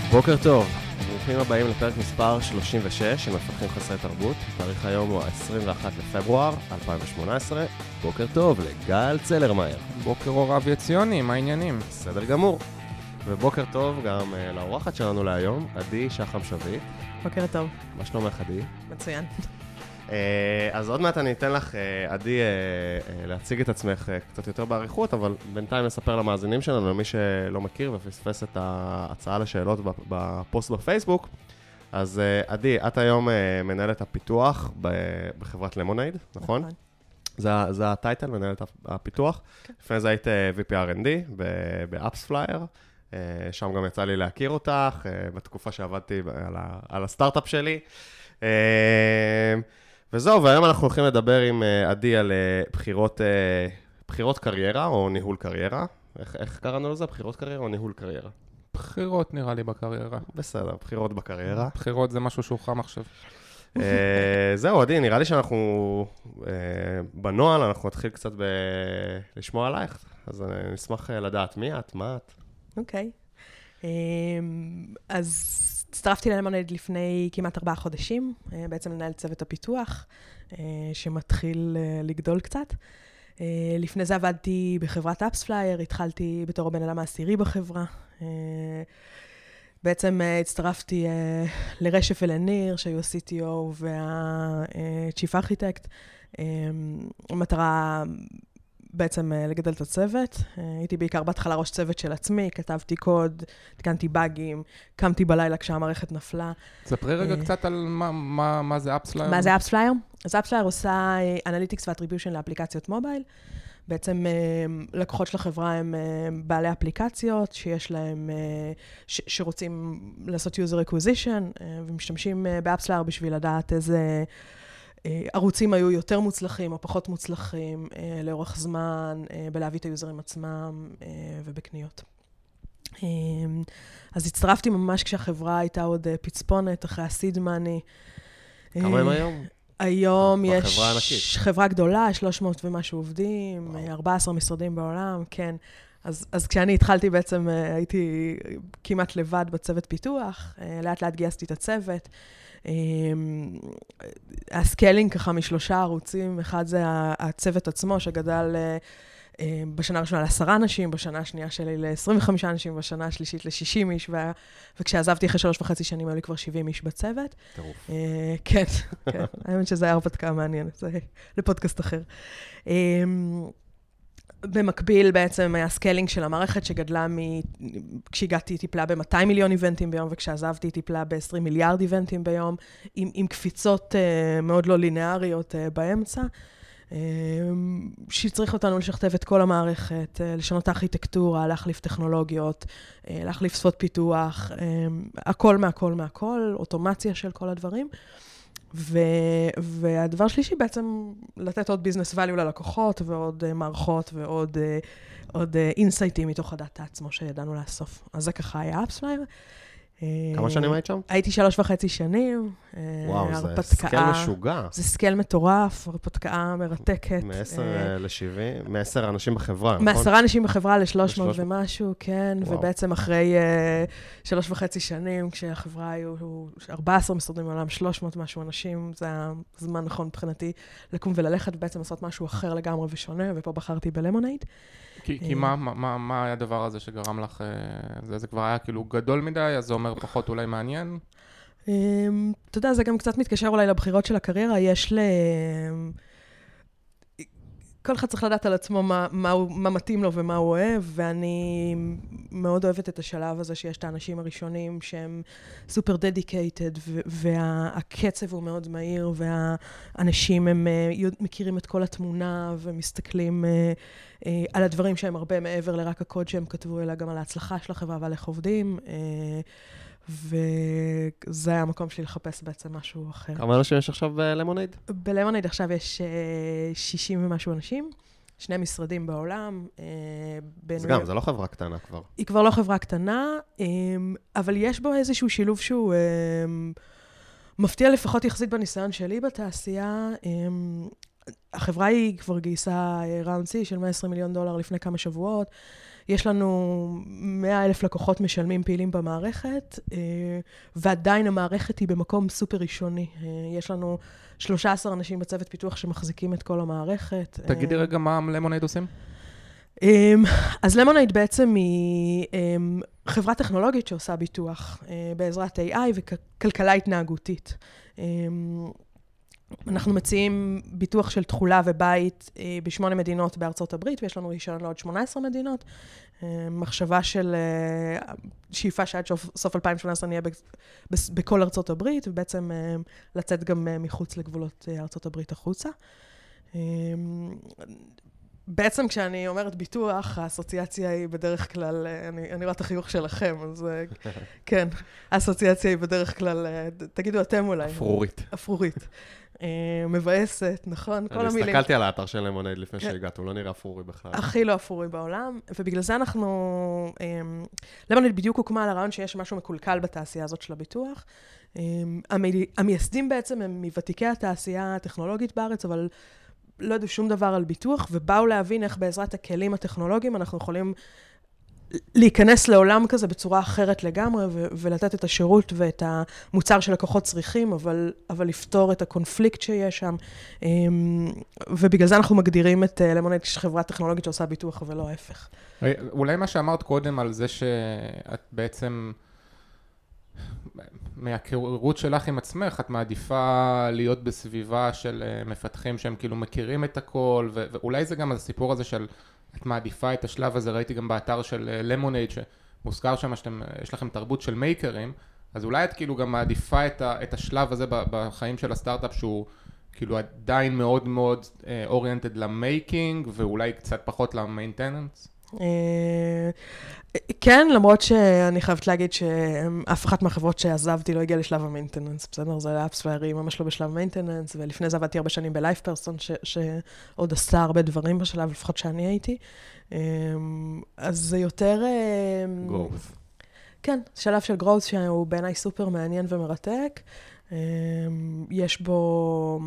בוקר טוב, ברוכים הבאים לפרק מספר 36 של מפתחים חסרי תרבות. תאריך היום הוא 21 לפברואר 2018. בוקר טוב לגל צלרמייר. בוקר אור אבי ציוני, מה העניינים? בסדר גמור. ובוקר טוב גם לאורחת שלנו להיום, עדי שחם שביט. בוקר טוב. מה שלומך עדי? מצוין. אז עוד מעט אני אתן לך, עדי, להציג את עצמך קצת יותר בעריכות, אבל בינתיים נספר למאזינים שלנו, למי שלא מכיר ופספס את ההצעה לשאלות בפוסט בפייסבוק. אז עדי, את היום מנהלת הפיתוח בחברת למונייד, נכון? זה הטייטל, מנהלת הפיתוח. לפני זה היית VP R&D באפספלייר, שם גם יצא לי להכיר אותך, בתקופה שעבדתי על הסטארט-אפ שלי. וזהו, והיום אנחנו הולכים לדבר עם עדי על בחירות קריירה או ניהול קריירה. איך קראנו לזה? בחירות קריירה או ניהול קריירה? בחירות נראה לי בקריירה. בסדר, בחירות בקריירה. בחירות זה משהו שהוא חם עכשיו. זהו, עדי, נראה לי שאנחנו בנועל, אנחנו נתחיל קצת לשמוע עלייך. אז אני אשמח לדעת מי את, מה את. אוקיי. אז הצטרפתי ללמונייד לפני כמעט 4 חודשים, בעצם לנהל צוות הפיתוח, שמתחיל לגדול קצת. לפני זה עבדתי בחברת אפספלייר, התחלתי בתור הבן אדם העשירי בחברה. בעצם הצטרפתי לרשף ולניר, שהיו ה-CTO וה-Chief Architect. המטרה בעצם לגדל את הצוות. הייתי בעיקר בהתחלה ראש צוות של עצמי, כתבתי קוד, תקנתי באגים, קמתי בלילה כשהמערכת נפלה. ספרי רגע קצת על מה זה אפספלייר. מה זה אפספלייר? אז אפספלייר עושה אנליטיקס ואטריביושן לאפליקציות מובייל. בעצם לקוחות של החברה הם בעלי אפליקציות שיש להם, שרוצים לעשות user acquisition, ומשתמשים באפספלייר בשביל לדעת איזה ערוצים היו יותר מוצלחים או פחות מוצלחים לאורך זמן, בלהביא את היוזרים עצמם ובקניות. אז הצטרפתי ממש כשהחברה הייתה עוד פצפונת אחרי הסיד מאני. כמה הם היום? היום יש חברה גדולה, 300 ומשהו עובדים, 14 משרדים בעולם, כן. אז כשאני התחלתי בעצם הייתי כמעט לבד בצוות פיתוח, לאט לאט גייסתי את הצוות. הסקיילינג ככה מ3 ערוצים, אחד זה הצוות עצמו שגדל בשנה הראשונה ל10 אנשים, בשנה השנייה שלי ל25 אנשים, בשנה השלישית ל60 איש, וכשעזבתי אחרי 3.5 שנים היו לי כבר 70 איש בצוות. טירוף. כן, כן, האמת שזה היה הרפתקה מעניינת, זה לפודקאסט אחר. במקביל בעצם היה סקיילינג של המערכת שגדלה כשהגעתי טיפלה ב200 מיליון איבנטים ביום, וכשעזבתי טיפלה ב20 מיליארד איבנטים ביום, עם קפיצות מאוד לא לינאריות באמצע, שצריך אותנו לשכתב את כל המערכת, לשנות הארכיטקטורה, להחליף טכנולוגיות, להחליף שפות פיתוח, הכל מהכל, אוטומציה של כל הדברים. והדבר שלישי בעצם לתת עוד ביזנס ואליו ללקוחות ועוד מערכות ועוד אינסייטים מתוך הדאטה עצמו שידענו לאסוף. אז זה ככה היה אפספלייר. כמה שנים היית שם? הייתי 3.5 שנים. וואו, זה סקייל משוגע. זה סקייל מטורף, הרפתקה מרתקת. מ10 ל70, מ10 אנשים בחברה, נכון? מ10 אנשים בחברה ל300 ומשהו, כן. ובעצם אחרי 3.5 שנים, כשהחברה היו 14 משרדים בעולם, 300 משהו אנשים, זה היה זמן נכון מבחינתי לקום וללכת, ובעצם לעשות משהו אחר לגמרי ושונה, ופה בחרתי בלמונייד. כי מה היה הדבר הזה שגרם לך, זה כבר היה כאילו גדול מדי, אז זה אומר פחות אולי מעניין? אתה יודע, זה גם קצת מתקשר אולי לבחירות של הקריירה, כל אחד צריך לדעת על עצמו מה מתאים לו ומה הוא אוהב, ואני מאוד אוהבת את השלב הזה שיש את האנשים הראשונים שהם סופר דדיקייטד, והקצב הוא מאוד מהיר, והאנשים הם מכירים את כל התמונה ומסתכלים על הדברים שהם הרבה מעבר לרק הקוד שהם כתבו, אלא גם על ההצלחה של החברה ועל איך עובדים, וזה היה המקום שלי לחפש בעצם משהו אחר. כמה אנשים יש עכשיו בלמונייד? בלמונייד עכשיו יש 60 ומשהו אנשים, 2 משרדים בעולם. אז גם, זה לא חברה קטנה כבר. היא כבר לא חברה קטנה, אבל יש בו איזשהו שילוב שהוא מפתיע לפחות יחסית בניסיון שלי בתעשייה. החברה היא כבר גייסה ראונד C של $120 מיליון לפני כמה שבועות. יש לנו 100,000 לקוחות משלמים פעילים במערכת, ועדיין המערכת היא במקום סופר ראשוני. יש לנו 13 אנשים בצוות פיתוח שמחזיקים את כל המערכת. תגידי רגע מה למונייד עושים? אז למונייד בעצם היא חברה טכנולוגית שעושה ביטוח בעזרת AI וכלכלה התנהגותית. אנחנו מציעים ביטוח של תחולה ובית ב8 מדינות בארצות הברית, ויש לנו רישיון לעוד 18 מדינות. מחשבה של שאיפה שעד סוף 2018 נהיה בכל ארצות הברית, ובעצם לצאת גם מחוץ לגבולות ארצות הברית החוצה. בעצם כשאני אומרת ביטוח, האסוציאציה היא בדרך כלל, אני רואה את החיוך שלכם, אז כן, האסוציאציה היא בדרך כלל, תגידו אתם אולי. אפרורית. אפרורית. מבאסת, נכון? כל המילים. אני הסתכלתי על האתר של למונייד לפני שהגעת, הוא לא נראה אפרורי בכלל. הכי לא אפרורי בעולם, ובגלל זה אנחנו, למונייד בדיוק הוקמה על הרעיון שיש משהו מקולקל בתעשייה הזאת של הביטוח. המייסדים בעצם הם מוותיקי התעשייה הטכנולוגית בארץ, אבל לא ידעו שום דבר על ביטוח, ובאו להבין איך בעזרת הכלים הטכנולוגיים אנחנו יכולים להיכנס לעולם כזה בצורה אחרת לגמרי, ולתת את השירות ואת המוצר שלקוחות צריכים, אבל לפתור את הקונפליקט שיש שם. ובגלל זה אנחנו מגדירים את למונייד כחברה טכנולוגית שעושה ביטוח, ולא ההפך. אולי מה שאמרת קודם על זה שאת בעצם, מהכירות שלך עם עצמך, את מעדיפה להיות בסביבה של מפתחים שהם כאילו מכירים את הכל, ואולי זה גם הסיפור הזה של את מעדיפה את השלב הזה, ראיתי גם באתר של למונייד, שמוזכר שם שיש לכם תרבות של מייקרים, אז אולי את כאילו גם מעדיפה את השלב הזה בחיים של הסטארט-אפ, שהוא כאילו עדיין מאוד מאוד אוריינטד למייקינג, ואולי קצת פחות למיינטננס? כן, למרות שאני חייבת להגיד שאף אחת מהחברות שעזבתי לא הגיעה לשלב המיינטננס, בסדר? זה האפספיירי ממש לא בשלב מיינטננס, ולפני זה עבדתי הרבה שנים בלייף פרסון, שעוד עשה הרבה דברים בשלב, לפחות שאני הייתי. אז זה יותר growth. כן, שלב של growth שהוא בעיניי סופר מעניין ומרתק. יש בו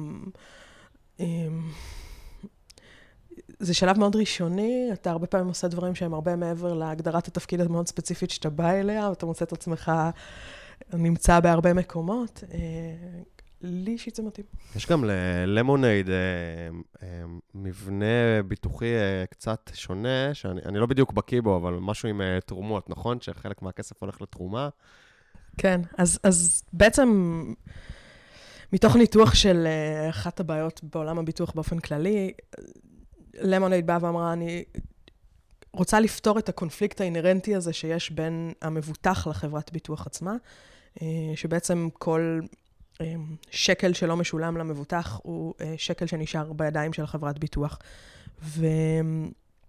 זה שלב מאוד ראשוני, אתה הרבה פעמים עושה דברים שהם הרבה מעבר להגדרת התפקיד המאוד ספציפית שאתה בא אליה, ואתה מוצא את עצמך נמצא בהרבה מקומות. לי אישית זה מתאים. יש גם ללמונייד מבנה ביטוחי קצת שונה, שאני לא בדיוק בקיא בו, אבל משהו עם תרומות, נכון? שחלק מהכסף הולך לתרומה. כן, אז בעצם מתוך ניתוח של אחת הבעיות בעולם הביטוח באופן כללי, למונייד באה ואמרה, אני רוצה לפתור את הקונפליקט האינרנטי הזה שיש בין המבוטח לחברת ביטוח עצמה, שבעצם כל שקל שלא משולם למבוטח הוא שקל שנשאר בידיים של חברת ביטוח. ומה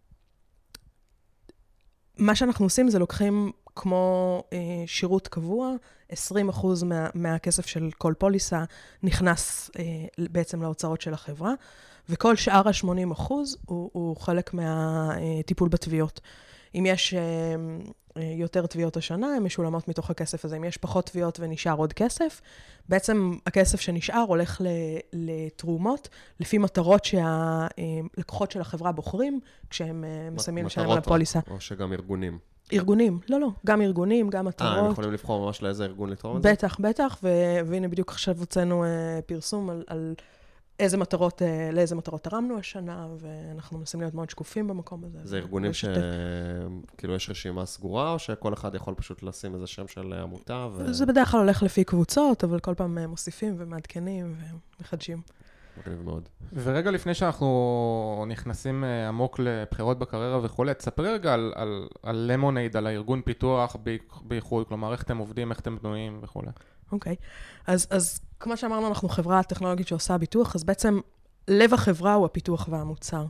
שאנחנו עושים זה לוקחים כמו שירות קבוע, 20% מהכסף של כל פוליסה נכנס בעצם להוצאות של החברה, וכל שאר ה-80% הוא חלק מהטיפול בתביעות. אם יש יותר תביעות השנה, הן משולמות מתוך הכסף הזה. אם יש פחות תביעות ונשאר עוד כסף, בעצם הכסף שנשאר הולך לתרומות, לפי מטרות שהלקוחות של החברה בוחרים, כשהם מסיימים לשלם על הפוליסה. או שגם ארגונים. ארגונים, לא, גם ארגונים, גם מטרות. הם יכולים לבחור ממש לאיזה ארגון לתרום את זה? בטח, והנה בדיוק עכשיו הוצאנו פרסום על לאיזה מטרות תרמנו השנה, ואנחנו מנסים להיות מאוד שקופים במקום הזה. זה ארגונים שכאילו יש רשימה סגורה, או שכל אחד יכול פשוט לשים איזה שם של עמותה? זה בדרך כלל הולך לפי קבוצות, אבל כל פעם מוסיפים ומעדכנים ומחדשים. מגניב מאוד. ורגע לפני שאנחנו נכנסים עמוק לבחירות בקריירה וכו', תספרי רגע על למונייד, על הארגון פיתוח בייחוד, כלומר איך אתם עובדים, איך אתם בנויים וכו'. אוקיי. אז כמו שאמרנו, אנחנו חברה טכנולוגית שעושה ביטוח, אז בעצם לב החברה הוא הפיתוח והמוצר.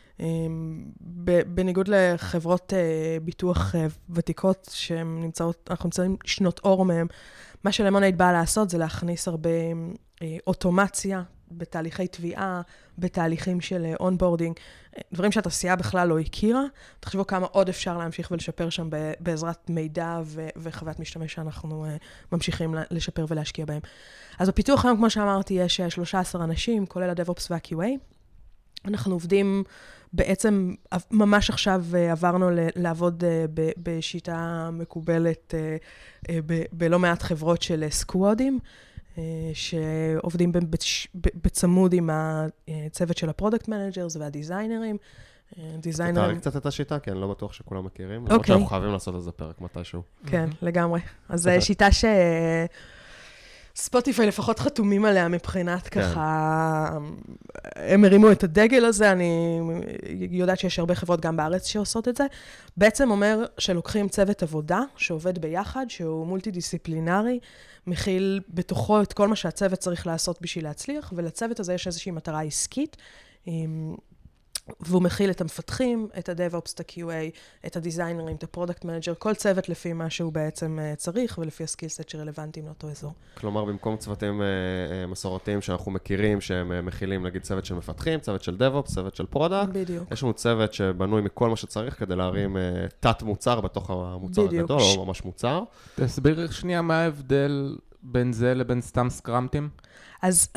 בניגוד לחברות ביטוח ותיקות אנחנו נמצאים שנות אור מהם, מה שלמונייד באה לעשות זה להכניס הרבה אוטומציה בתהליכי תביעה, בתהליכים של אונבורדינג, דברים שהתעשייה בכלל לא הכירה. תחשבו כמה עוד אפשר להמשיך ולשפר שם בעזרת מידע וחוויית משתמש שאנחנו ממשיכים לשפר ולהשקיע בהם. אז בפיתוח היום, כמו שאמרתי, יש 13 אנשים, כולל ה-DevOps וה-QA. אנחנו עובדים בעצם, ממש עכשיו עברנו לעבוד בשיטה מקובלת בלא מעט חברות של סקוואדים, שעובדים בצמוד עם הצוות של הפרודקט מנג'רס והדיזיינרים. תתארי קצת את השיטה, כי אני לא בטוח שכולם מכירים. למרות שאנחנו חייבים לעשות איזה פרק מתישהו. כן, לגמרי. אז זו שיטה ספוטיפיי לפחות חתומים עליה מבחינת ככה, הם הרימו את הדגל הזה, אני יודעת שיש הרבה חברות גם בארץ שעושות את זה. בעצם אומר שלוקחים צוות עבודה שעובד ביחד, שהוא מולטי-דיסציפלינרי, מכיל בתוכו את כל מה שהצוות צריך לעשות בשביל להצליח, ולצוות הזה יש איזושהי מטרה עסקית, והוא מכיל את המפתחים, את ה-DevOps, את ה-QA, את הדיזיינרים, את הפרודקט מנג'ר, כל צוות לפי מה שהוא בעצם צריך, ולפי הסקילסט שרלוונטיים לאותו אזור. כלומר, במקום צוותים מסורתיים שאנחנו מכירים, שהם מכילים, נגיד, צוות של מפתחים, צוות של DevOps, צוות של פרודקט. בדיוק. יש לנו צוות שבנוי מכל מה שצריך כדי להרים תת מוצר בתוך המוצר הגדול, או ממש מוצר. תסביר שנייה מה ההבדל בין זה לבין סתם סקרמטים? אז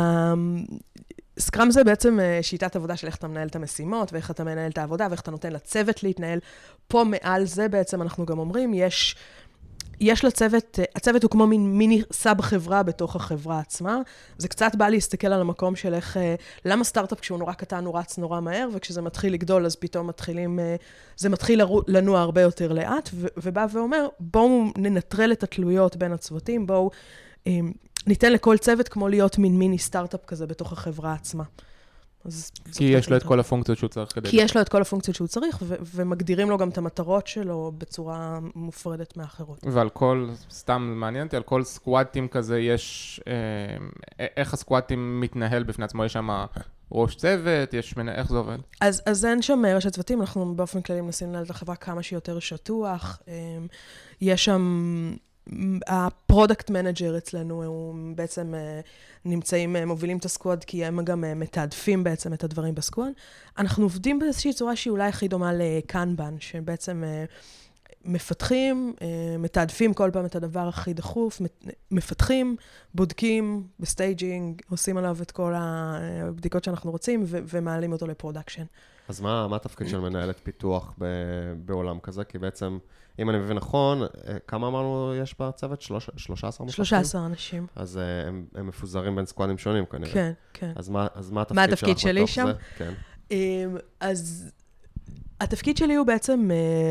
סקראם זה בעצם שיטת עבודה של איך אתה מנהל את המשימות, ואיך אתה מנהל את העבודה, ואיך אתה נותן לצוות להתנהל. פה מעל זה בעצם אנחנו גם אומרים, יש לצוות, הצוות הוא כמו מיני סאב חברה בתוך החברה עצמה. זה קצת בא להסתכל על המקום של איך, למה סטארט-אפ כשהוא נורא קטן הוא רץ נורא מהר, וכשזה מתחיל לגדול אז פתאום זה מתחיל לנוע הרבה יותר לאט, ובא ואומר, בואו ננטרל את התלויות בין הצוותים, בואו ניתן לכל צוות כמו להיות מיני סטארט-אפ כזה בתוך החברה עצמה. כי יש לו את כל הפונקציות שהוא צריך כדי... כי יש לו את כל הפונקציות שהוא צריך, ומגדירים לו גם את המטרות שלו בצורה מופרדת מאחרות. ועל כל, סתם מעניין אותי, על כל סקואטים כזה יש... איך הסקואטים מתנהל בפני עצמו? יש שם ראש צוות, איך זה עובד? אז אין שם ראשי צוותים, אנחנו באופן כללי מנסים לנהל את החברה כמה שיותר שטוח. יש שם... הפרודקט מנג'ר אצלנו, הוא בעצם מובילים את הסקוואד, כי הם גם מתעדפים בעצם את הדברים בסקוואד. אנחנו עובדים באיזושהי צורה שהיא אולי הכי דומה לקנבן, שבעצם מפתחים, מתעדפים כל פעם את הדבר הכי דחוף, מפתחים, בודקים בסטייג'ינג, עושים עליו את כל הבדיקות שאנחנו רוצים, ומעלים אותו לפרודקשן. אז מה התפקיד של מנהלת פיתוח בעולם כזה? כי בעצם, אם אני מבין נכון, כמה אמרנו יש בצוות? 13 מפתחים? 13 אנשים. אז הם מפוזרים בין סקואדים שונים כנראה. כן, כן. אז מה התפקיד שלך בתוך שם? זה? כן. אז התפקיד שלי הוא בעצם,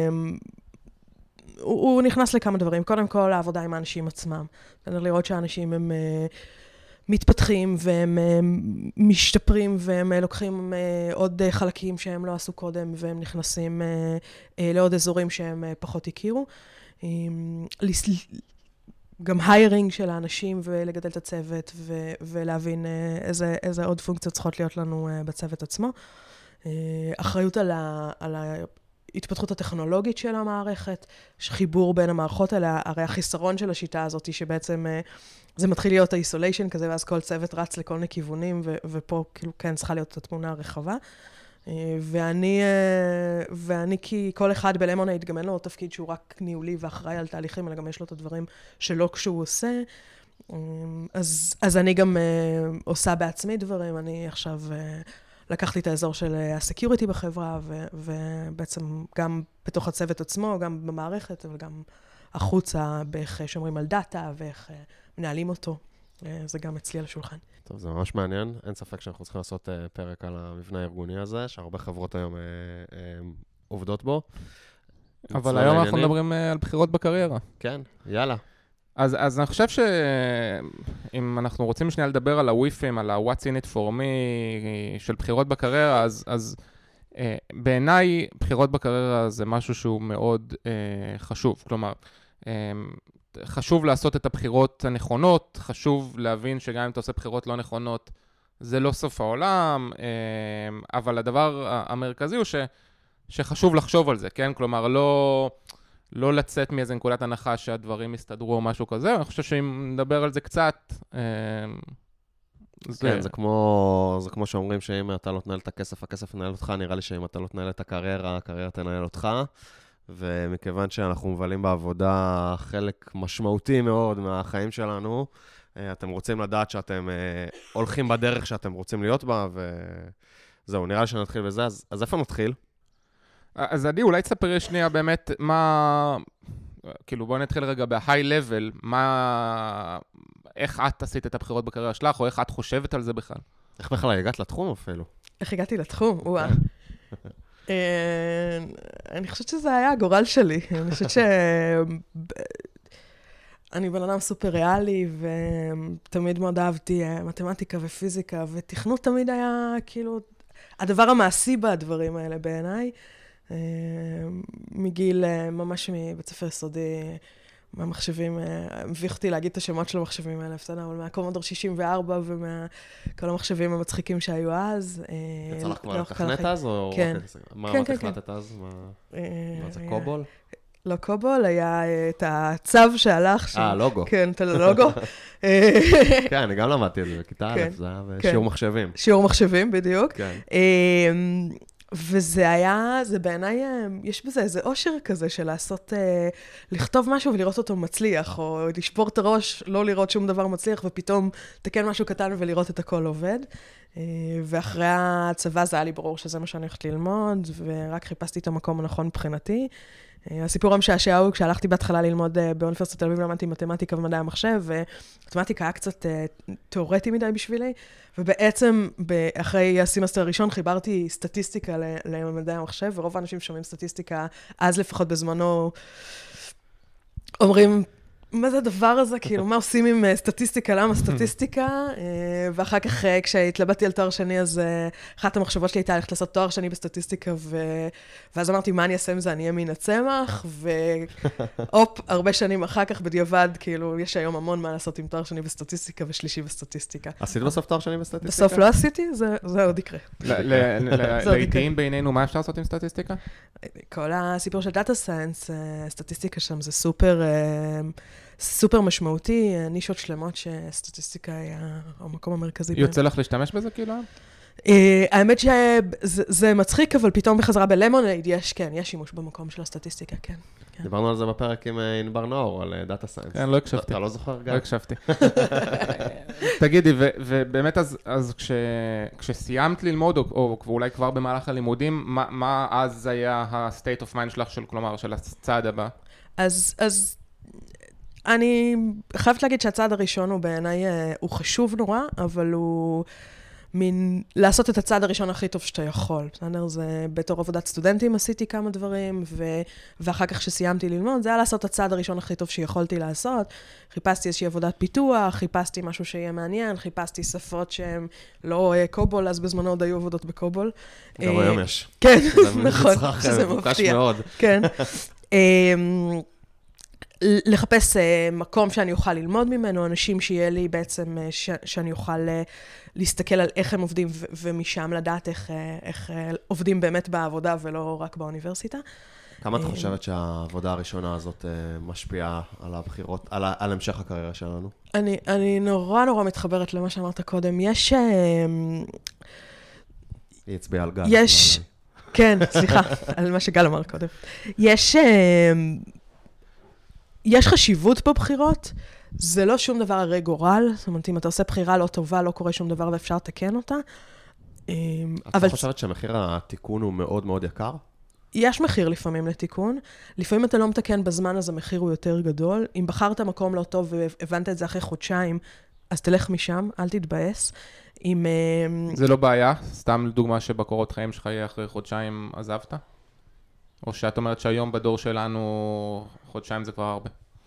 הוא נכנס לכמה דברים. קודם כל, העבודה עם האנשים עצמם. לראות שהאנשים הם מתפתחים והם משתפרים והם לוקחים עוד חלקים שהם לא עשו קודם והם נכנסים לעוד אזורים שהם פחות הכירו. גם היירינג של האנשים ולגדל את הצוות ולהבין איזה עוד פונקציות צריכות להיות לנו בצוות עצמו. אחריות על ההתפתחות הטכנולוגית של המערכת, חיבור בין המערכות האלה, הרי החיסרון של השיטה הזאת היא שבעצם זה מתחיל להיות האיסוליישן כזה, ואז כל צוות רץ לכל מיני כיוונים, ופה כאילו כן צריכה להיות את התמונה הרחבה. ואני כי כל אחד בלמונייד גם אין לו תפקיד שהוא רק ניהולי ואחראי על תהליכים, אלא גם יש לו את הדברים שלא כשהוא עושה. אז אני גם עושה בעצמי דברים, אני עכשיו לקחתי את האזור של הסקיוריטי בחברה, ובעצם גם בתוך הצוות עצמו, גם במערכת, אבל גם החוצה, באיך שומרים על דאטה, ואיך מנהלים אותו. זה גם אצלי על השולחן. טוב, זה ממש מעניין. אין ספק שאנחנו צריכים לעשות פרק על המבנה הארגוני הזה, שהרבה חברות היום עובדות בו. אבל היום אנחנו מדברים על בחירות בקריירה. כן, יאללה. אז אני חושב שאם אנחנו רוצים שנייה לדבר על הוויפים, על ה-What's in it for me של בחירות בקריירה, אז בעיניי בחירות בקריירה זה משהו שהוא מאוד חשוב. כלומר, חשוב לעשות את הבחירות הנכונות, חשוב להבין שגם אם אתה עושה בחירות לא נכונות, זה לא סוף העולם, אבל הדבר המרכזי הוא שחשוב לחשוב על זה, כן? כלומר, לא לצאת מאיזה נקודת הנחה שהדברים יסתדרו או משהו כזה, אני חושב שאם נדבר על זה קצת, כן, זה כמו שאומרים שאם אתה לא תנהל את הכסף, הכסף ינהל אותך, נראה לי שאם אתה לא תנהל את הקריירה, הקריירה תנהל אותך, ומכיוון שאנחנו מבלים בעבודה חלק משמעותי מאוד מהחיים שלנו, אתם רוצים לדעת שאתם הולכים בדרך שאתם רוצים להיות בה, זהו, נראה לי שנתחיל בזה, אז איפה נתחיל? אז עדי, אולי תספר שנייה באמת מה... כאילו, בואו נתחיל רגע ב-high level, איך את עשית את הבחירות בקריירה שלך, או איך את חושבת על זה בכלל? איך בכלל הגעת לתחום אפילו? איך הגעתי לתחום? וואה. אני חושבת שזה היה הגורל שלי. אני חושבת אני בן אדם סופר ריאלי, ותמיד מאוד אהבתי מתמטיקה ופיזיקה, ותכנות תמיד היה כאילו הדבר המעשי בדברים האלה בעיניי. מגיל ממש מבית ספר יסודי, מהמחשבים, מביך אותי להגיד את השמות של המחשבים האלה, אבל מהקומודור 64 ומכל המחשבים המצחיקים שהיו אז. יצא לך כבר לתכנת אז? כן. מה תכנתת אז? מה זה קובול? לא קובול, היה את הצו שהלך. לוגו. כן, את הלוגו. כן, אני גם למדתי את זה בכיתה א', זה היה שיעור מחשבים. שיעור מחשבים, בדיוק. כן. וזה היה, זה בעיניי, יש בזה איזה אושר כזה של לעשות, לכתוב משהו ולראות אותו מצליח, או לשבור את הראש, לא לראות שום דבר מצליח, ופתאום תקן משהו קטן ולראות את הכל עובד. ואחרי הצבא זה היה לי ברור שזה מה שאני הולכת ללמוד, ורק חיפשתי את המקום הנכון מבחינתי. הסיפור המשעשע הוא, כשהלכתי בהתחלה ללמוד באוניברסיטת תל אביב, למדתי מתמטיקה ומדעי המחשב, ומתמטיקה היה קצת תיאורטי מדי בשבילי, ובעצם אחרי הסמסטר הראשון חיברתי סטטיסטיקה למדעי המחשב, ורוב האנשים שומעים סטטיסטיקה, אז לפחות בזמנו, אומרים, מה זה הדבר הזה? כאילו, מה עושים עם סטטיסטיקה? למה סטטיסטיקה? ואחר כך, כשהתלבטתי על תואר שני, אז אחת המחשבות שלי הייתה ללכת לעשות תואר שני בסטטיסטיקה, ואז אמרתי, מה אני אעשה עם זה? אני אהיה מן הצמח, והופ, הרבה שנים אחר כך, בדיעבד, כאילו, יש היום המון מה לעשות עם תואר שני בסטטיסטיקה ושלישי בסטטיסטיקה. עשית בסוף תואר שני בסטטיסטיקה? בסוף לא עשיתי, זה עוד יקרה. לעתים בינינו, מה אפשר לעשות עם סטטיסטיקה? כל הסיפור של דאטה סיינס, סטטיסטיקה שם זה סופר משמעותי, נישות שלמות שסטטיסטיקה היא המקום המרכזי. יוצא לך להשתמש בזה כאילו? האמת שזה מצחיק, אבל פתאום בחזרה בלמונייד יש שימוש במקום של הסטטיסטיקה, כן. דיברנו על זה בפרק עם ענבר נאור, על דאטה סיינס. כן, לא הקשבתי. אתה לא זוכר גם? לא הקשבתי. תגידי, ובאמת אז כשסיימת ללמוד, או אולי כבר במהלך הלימודים, מה אז היה ה-state of mind שלך, כלומר, של הצעד הבא? אז אני חייבת להגיד שהצעד הראשון הוא בעיניי, הוא חשוב נורא, אבל הוא לעשות את הצעד הראשון הכי טוב שאתה יכול. בסדר? זה בתור עבודת סטודנטים עשיתי כמה דברים, ואחר כך שסיימתי ללמוד, זה היה לעשות את הצעד הראשון הכי טוב שיכולתי לעשות. חיפשתי איזושהי עבודת פיתוח, חיפשתי משהו שיהיה מעניין, חיפשתי שפות שהן לא קובול, אז בזמנו עוד היו עבודות בקובול. גם היום יש. כן, נכון, שזה מבוקש מפתיע. מאוד. כן. לחפש מקום שאני אוכל ללמוד ממנו, אנשים שיהיה לי בעצם, שאני אוכל להסתכל על איך הם עובדים, ומשם לדעת איך עובדים באמת בעבודה, ולא רק באוניברסיטה. כמה את חושבת שהעבודה הראשונה הזאת משפיעה על הבחירות, על המשך הקריירה שלנו? אני נורא נורא מתחברת למה שאמרת קודם. יש... היא הצביעה על גל. כן, סליחה, על מה שגל אמר קודם. יש חשיבות בבחירות, זה לא שום דבר הרי גורל, זאת אומרת, אם אתה עושה בחירה לא טובה, לא קורה שום דבר ואפשר לתקן אותה. את חושבת שמחיר התיקון הוא מאוד מאוד יקר? יש מחיר לפעמים לתיקון, לפעמים אתה לא מתקן בזמן, אז המחיר הוא יותר גדול. אם בחרת מקום לא טוב והבנת את זה אחרי חודשיים, אז תלך משם, אל תתבאס. זה לא בעיה? סתם דוגמה שבקורות חיים שלך יהיה אחרי חודשיים עזבת? או שאת אומרת שהיום בדור שלנו חודשיים זה כבר הרבה?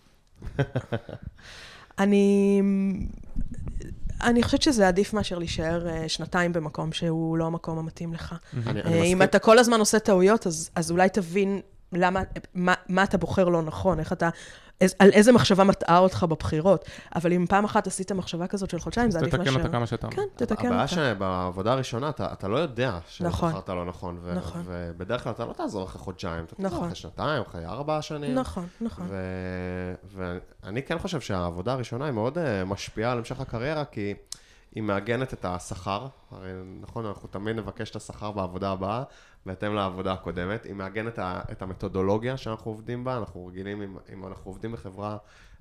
אני חושבת שזה עדיף מאשר להישאר שנתיים במקום שהוא לא המקום המתאים לך. אם אתה כל הזמן עושה טעויות, אז אולי תבין מה אתה בוחר לא נכון, איך אתה, על איזה מחשבה מטעה אותך בבחירות. אבל אם פעם אחת עשית מחשבה כזאת של חודשיים, זה עדיף מאשר... תתקן אותה כמה שאתה. כן, תתקן אותה. הבעיה שבעבודה הראשונה, אתה לא יודע שבחרת לא נכון, ובדרך כלל אתה לא תעזור אחרי חודשיים, אתה תעזור אחרי שנתיים, אחרי 4 שנים. נכון, נכון. ואני כן חושב שהעבודה הראשונה היא מאוד משפיעה על המשך הקריירה, כי היא מעגנת את השכר, הרי נכון, אנחנו תמיד נבקש את השכר בעבודה הבאה, בהתאם לעבודה הקודמת, היא מעגנת את המתודולוגיה שאנחנו עובדים בה, אנחנו רגילים, אם אנחנו עובדים בחברה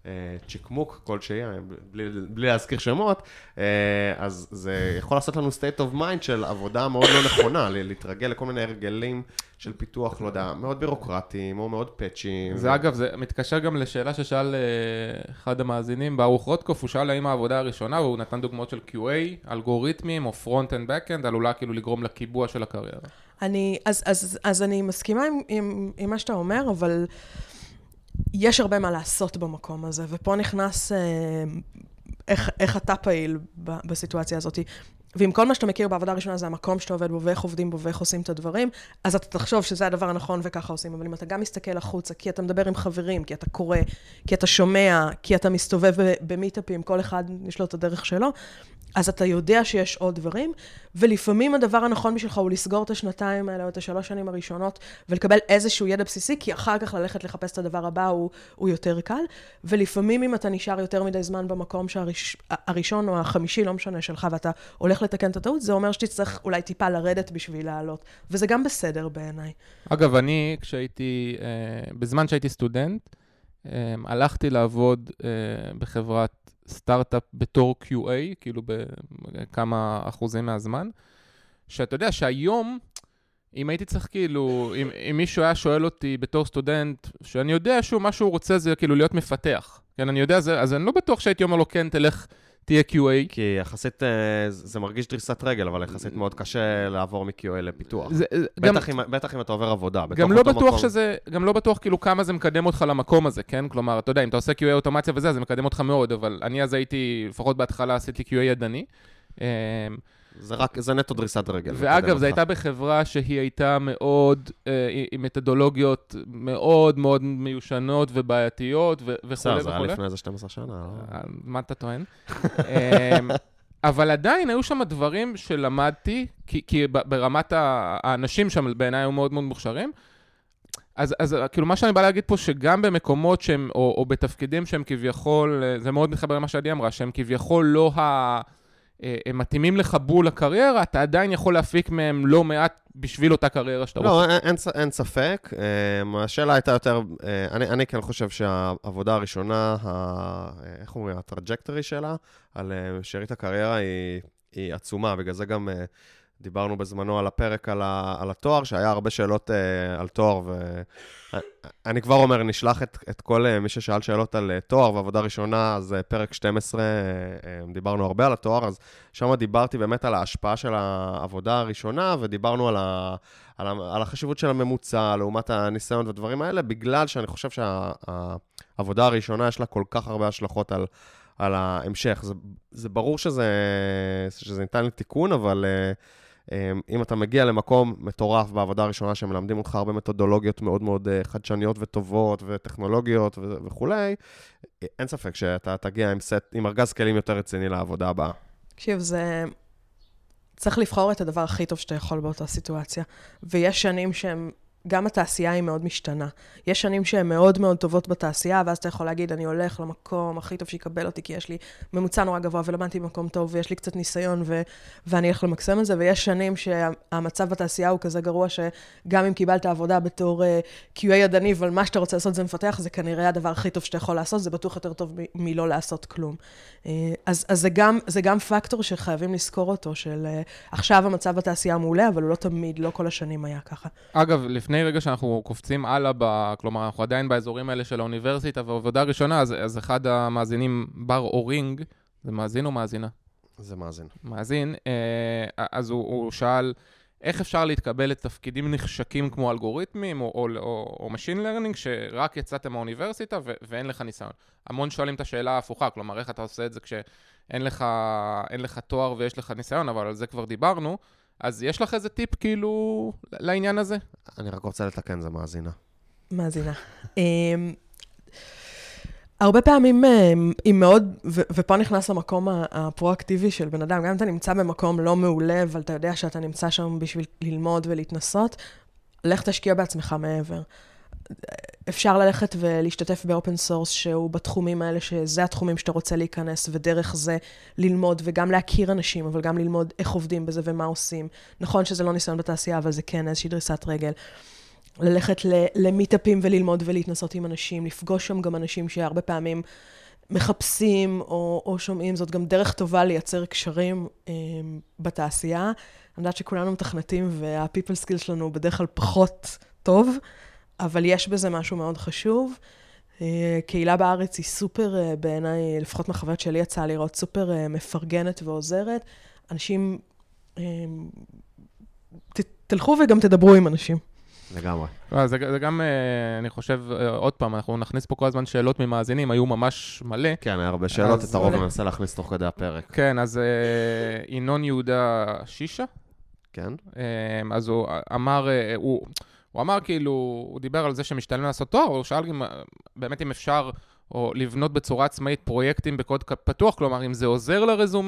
צ'יקמוק כלשהי, בלי להזכיר שמות, אז זה יכול לעשות לנו state of mind של עבודה מאוד לא נכונה, להתרגל לכל מיני הרגלים של פיתוח, לא יודע, מאוד בירוקרטיים או מאוד פאצ'ים. זה אגב, זה מתקשר גם לשאלה ששאל אחד המאזינים, ברוך רוטקוף, הוא שאל האם העבודה הראשונה, והוא נתן דוגמאות של QA, אלגוריתמים או front and back end, עלולה כאילו לגרום לקיבוע של הקריירה. אז אני מסכימה עם מה שאתה אומר, אבל יש הרבה מה לעשות במקום הזה, ופה נכנס איך אתה פעיל בסיטואציה הזאת. ואם כל מה שאתה מכיר בעבודה הראשונה זה המקום שאתה עובד בו, ואיך עובדים בו, ואיך עושים את הדברים, אז אתה תחשוב שזה הדבר הנכון וככה עושים. אבל אם אתה גם מסתכל החוצה, כי אתה מדבר עם חברים, כי אתה קורא, כי אתה שומע, כי אתה מסתובב במיטאפים, כל אחד יש לו את הדרך שלו, אז אתה יודע שיש עוד דברים, ולפעמים הדבר הנכון בשבילך הוא לסגור את השנתיים האלה, או את 3 שנים הראשונות, ולקבל איזשהו ידע בסיסי, כי אחר כך ללכת לחפש את הדבר הבא הוא יותר קל, ולפעמים אם אתה נשאר יותר מדי זמן במקום הראשון או החמישי, לא משנה שלך, ואתה הולך לתקן את הטעות, זה אומר שתצטרך אולי טיפה לרדת בשביל לעלות, וזה גם בסדר בעיניי. אגב, אני, בזמן שהייתי סטודנט, הלכתי לעבוד בחברת סטארט-אפ בתור QA, כאילו בכמה אחוזים מהזמן, שאתה יודע שהיום, אם הייתי צריך כאילו, אם מישהו היה שואל אותי בתור סטודנט, שאני יודע מה שהוא רוצה זה כאילו להיות מפתח, כן, אני יודע, אז אני לא בטוח שהייתי אומר לו, כן, תלך, תהיה QA. כי יחסית, זה מרגיש דריסת רגל, אבל יחסית מאוד קשה לעבור מ-QA לפיתוח. בטח אם אתה עובר עבודה. גם לא בטוח כאילו כמה זה מקדם אותך למקום הזה, כן? כלומר, אתה יודע, אם אתה עושה QA אוטומציה וזה, זה מקדם אותך מאוד, אבל אני אז הייתי, לפחות בהתחלה עשיתי QA ידני. זה נטו דריסת רגל. ואגב, זו הייתה בחברה שהיא הייתה מאוד, עם מתודולוגיות מאוד מאוד מיושנות ובעייתיות וכו'. זה היה לפני איזה 12 שנה. מה אתה טוען? אבל עדיין היו שם דברים שלמדתי, כי ברמת האנשים שם בעיניי היו מאוד מאוד מוכשרים. אז כאילו מה שאני בא להגיד פה, שגם במקומות שהם, או בתפקידים שהם כביכול, זה מאוד מתחבר למה שעדי אמרה, שהם כביכול לא הם מתאימים לך בול לקריירה, אתה עדיין יכול להפיק מהם לא מעט בשביל אותה קריירה שאתה רוצה. לא, אין ספק. השאלה הייתה יותר, אני כן חושב שהעבודה הראשונה, איך אומרים, הטראג'קטורי שלה, על שארית הקריירה היא עצומה, בגלל זה גם דיברנו בזמנו על הפרק על התואר, שהיה הרבה שאלות על תואר, ואני כבר אומר, נשלח את כל מי ששאל שאלות על תואר ועבודה ראשונה, אז פרק 12, דיברנו הרבה על התואר, אז שם דיברתי באמת על ההשפעה של העבודה הראשונה, ודיברנו על החשיבות של הממוצע, לעומת הניסיון ודברים האלה, בגלל שאני חושב שהעבודה הראשונה יש לה כל כך הרבה השלכות על ההמשך. זה ברור שזה ניתן לתיקון, אבל אם אתה מגיע למקום מטורף בעבודה הראשונה שמלמדים אותך הרבה מתודולוגיות מאוד מאוד חדשניות וטובות וטכנולוגיות וכולי, אין ספק שאתה תגיע עם ארגז כלים יותר רציני לעבודה הבאה. תקשיב, צריך לבחור את הדבר הכי טוב שאתה יכול באותה סיטואציה, ויש שנים שהם גם התעשייה היא מאוד משתנה. יש שנים שהן מאוד מאוד טובות בתעשייה, ואז אתה יכול להגיד, אני הולך למקום הכי טוב שיקבל אותי, כי יש לי ממוצע נורא גבוה, ולמדתי במקום טוב, ויש לי קצת ניסיון, ואני הולך למקסם את זה, ויש שנים שהמצב בתעשייה הוא כזה גרוע, שגם אם קיבלת עבודה בתור QA ידני, אבל מה שאתה רוצה לעשות זה מפתח, זה כנראה הדבר הכי טוב שאתה יכול לעשות, זה בטוח יותר טוב מלא לעשות כלום. אז זה גם פקטור שחייבים לזכור אותו, של עכשיו המצב בתעשייה מעולה, אבל הוא לא תמיד, לא כל השנים היה ככה. אגב, לפני רגע שאנחנו קופצים הלאה, כלומר, אנחנו עדיין באזורים האלה של האוניברסיטה, ועבודה ראשונה, אז אחד המאזינים, בר אורינג, זה מאזין או מאזינה? זה מאזין. מאזין, אז הוא שאל, איך אפשר להתקבל לתפקידים נחשקים כמו אלגוריתמים, או Machine Learning, שרק יצאתם מהאוניברסיטה ואין לך ניסיון? המון שואלים את השאלה ההפוכה, כלומר, איך אתה עושה את זה כשאין לך תואר ויש לך ניסיון, אבל על זה כבר דיברנו, אז יש לך איזה טיפ כאילו לעניין הזה? אני רק רוצה לתקן, זה מאזינה. מאזינה. הרבה פעמים היא מאוד, ופה נכנס למקום הפרואקטיבי של בן אדם, גם אם אתה נמצא במקום לא מעולה, אבל אתה יודע שאתה נמצא שם בשביל ללמוד ולהתנסות, לך תשקיע בעצמך מעבר. אפשר ללכת ולהשתתף באופן סורס שהוא בתחומים האלה, שזה התחומים שאתה רוצה להיכנס, ודרך זה ללמוד וגם להכיר אנשים, אבל גם ללמוד איך עובדים בזה ומה עושים. נכון שזה לא ניסיון בתעשייה, אבל זה כן איזושהי דריסת רגל. ללכת למיטאפים וללמוד ולהתנסות עם אנשים, לפגוש שם גם אנשים שהרבה פעמים מחפשים או שומעים, זאת גם דרך טובה לייצר קשרים בתעשייה. אני יודעת שכולנו מתכנתים וה-people skills שלנו בדרך כלל פחות טוב, אבל יש בזה משהו מאוד חשוב. קהילה בארץ היא סופר, בעיניי, לפחות מהחוויות שלי יצאה לראות, סופר מפרגנת ועוזרת. אנשים, תלכו וגם תדברו עם אנשים. לגמרי. זה גם, אני חושב, עוד פעם, אנחנו נכניס פה כל הזמן שאלות ממאזינים, היו ממש מלא. כן, היה הרבה שאלות, את הרוב ננסה להכניס תוך כדי הפרק. כן, אז ינון יהודה שישה. כן. אז הוא אמר, הוא אמר כאילו, הוא דיבר על זה שמשתלם לעשות תואר, הוא שאל באמת אם אפשר, או לבנות בצורה עצמאית פרויקטים בקוד פתוח, כלומר, אם זה עוזר לרזומה,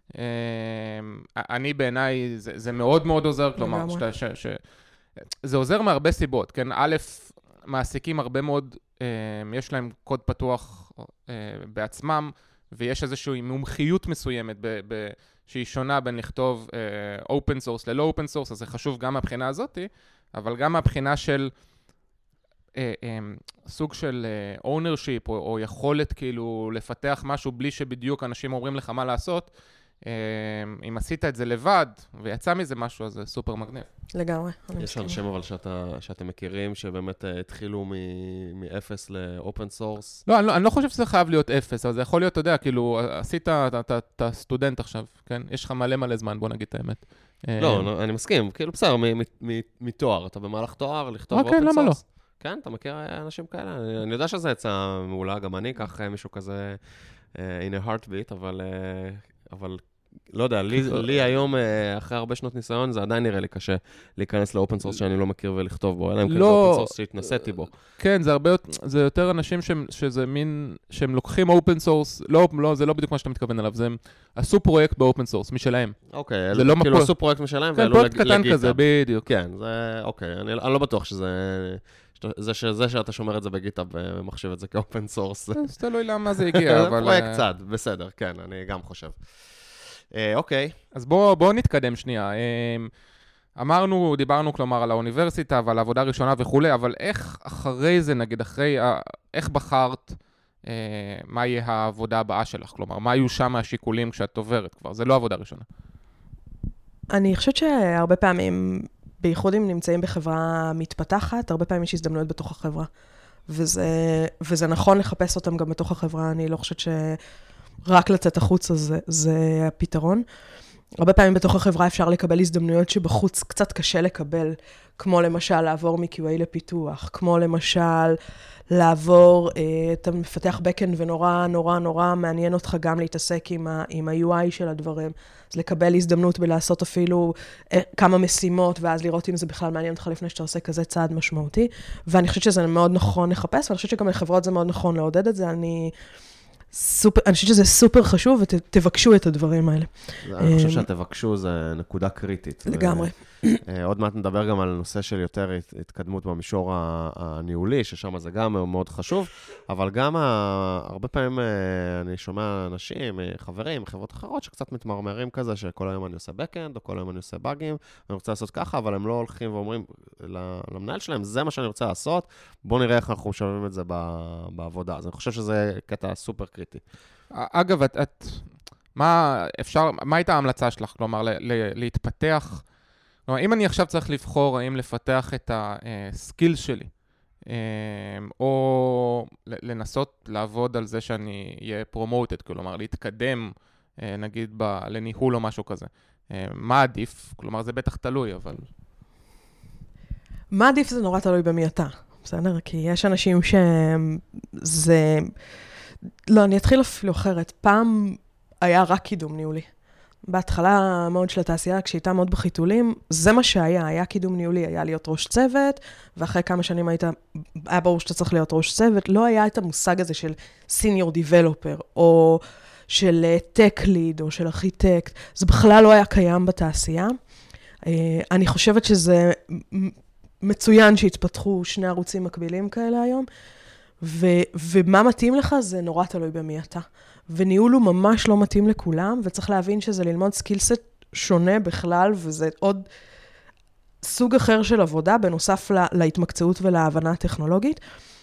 אני בעיניי, זה מאוד מאוד עוזר, כלומר, זה עוזר מהרבה סיבות, כן? א', מעסיקים הרבה מאוד, יש להם קוד פתוח בעצמם, ויש איזושהי מומחיות מסוימת שהיא שונה בין לכתוב open source ללא open source, אז זה חשוב גם מהבחינה הזאת, אבל גם מהבחינה של סוג של ownership, או יכולת כאילו לפתח משהו בלי שבדיוק אנשים אומרים לך מה לעשות, אם עשית את זה לבד, ויצא מזה משהו, אז זה סופר מגניב. לגמרי. יש אנשים אבל שאתם מכירים, שבאמת התחילו מ-0 ל-open source? לא, אני לא חושב שזה חייב להיות 0, אבל זה יכול להיות, אתה יודע, כאילו, עשית את הסטודנט עכשיו, כן? יש לך מלא זמן, בוא נגיד את האמת. לא, אני מסכים, כאילו בסדר, מתואר, אתה במהלך תואר, לכתוב open source. אוקיי, למה לא? כן, אתה מכיר אנשים כאלה? אני יודע שזה יצא מעולה, גם אני אקח מישהו כזה in a heartbeat, אבל לא יודע, לי היום, אחרי הרבה שנות ניסיון, זה עדיין נראה לי קשה להיכנס לאופן סורס שאני לא מכיר ולכתוב בו, אלא אם כן זה אופן סורס שהתנסיתי בו. כן, זה יותר אנשים שזה מין, שהם לוקחים אופן סורס, לא, זה לא בדיוק מה שאתה מתכוון עליו, זה עשו פרויקט באופן סורס, משלהם. אוקיי, כאילו עשו פרויקט משלם ועלו לגיטה. כן, פרויקט קטן כזה, בדיוק. כן, זה, אוקיי, אני לא בטוח זה שאתה שומר את זה בגיטה ומחשיב את זה כאופן סורס. אז תלוי למה זה הגיע, אבל... פרויקט צד, בסדר, כן, אני גם חושב. אוקיי. אז בואו נתקדם שנייה. דיברנו כלומר על האוניברסיטה ועל העבודה הראשונה וכו', אבל איך אחרי זה, נגיד איך בחרת, מה יהיה העבודה הבאה שלך? כלומר, מה היו שם השיקולים כשאת עוברת כבר? זה לא עבודה ראשונה. אני חושבת שהרבה פעמים, בייחוד אם נמצאים בחברה מתפתחת, הרבה פעמים יש הזדמנויות בתוך החברה. וזה נכון לחפש אותם גם בתוך החברה, אני לא חושבת רק לצאת החוץ, אז זה הפתרון. הרבה פעמים בתוך החברה אפשר לקבל הזדמנויות שבחוץ קצת קשה לקבל, כמו למשל לעבור מ-QA לפיתוח, כמו למשל לעבור, אתה מפתח backend ונורא נורא נורא מעניין אותך גם להתעסק עם ה-UI של הדברים, אז לקבל הזדמנות בלעשות אפילו כמה משימות, ואז לראות אם זה בכלל מעניין אותך לפני שאתה עושה כזה צעד משמעותי, ואני חושבת שזה מאוד נכון לחפש, ואני חושבת שגם לחברות זה מאוד נכון לעודד את זה, אני חושבת שזה סופר חשוב, ותבקשו את הדברים האלה. אני חושב שתבקשו זה נקודה קריטית. לגמרי. עוד מעט נדבר גם על נושא של יותר התקדמות במישור הניהולי, ששם זה גם מאוד חשוב, אבל גם הרבה פעמים אני שומע אנשים, חברים, חברות אחרות, שקצת מתמרמרים כזה, שכל היום אני עושה backend, או כל היום אני עושה באגים, ואני רוצה לעשות ככה, אבל הם לא הולכים ואומרים למנהל שלהם, זה מה שאני רוצה לעשות, בואו נראה איך אנחנו משלבים את זה בעבודה. אז אני חושב שזה קטע סופר קריטי. אגב, מה הייתה ההמלצה שלך? כלומר, להתפתח... כלומר, אם אני עכשיו צריך לבחור האם לפתח את הסקיל שלי, או לנסות לעבוד על זה שאני אהיה פרומוטד, כלומר, להתקדם, נגיד, לניהול או משהו כזה, מה עדיף? כלומר, זה בטח תלוי, אבל... מה עדיף זה נורא תלוי במי אתה, בסדר? כי יש אנשים שזה... לא, אני אתחיל אפילו אחרת. פעם היה רק קידום ניהולי. בהתחלה מאוד של התעשייה, כשהייתה מאוד בחיתולים, זה מה היה קידום ניהולי, היה להיות ראש צוות, ואחרי כמה שנים היה ברור שאתה צריך להיות ראש צוות, לא היה את המושג הזה של סיניור דיבלופר, או של טק ליד, או של ארכיטקט, זה בכלל לא היה קיים בתעשייה. אני חושבת שזה מצוין שהתפתחו שני ערוצים מקבילים כאלה היום, ומה מתאים לך זה נורא תלוי במי אתה. וניהול הוא ממש לא מתאים לכולם, וצריך להבין שזה ללמוד סקילסט שונה בכלל, וזה עוד סוג אחר של עבודה, בנוסף להתמקצעות ולהבנה הטכנולוגית,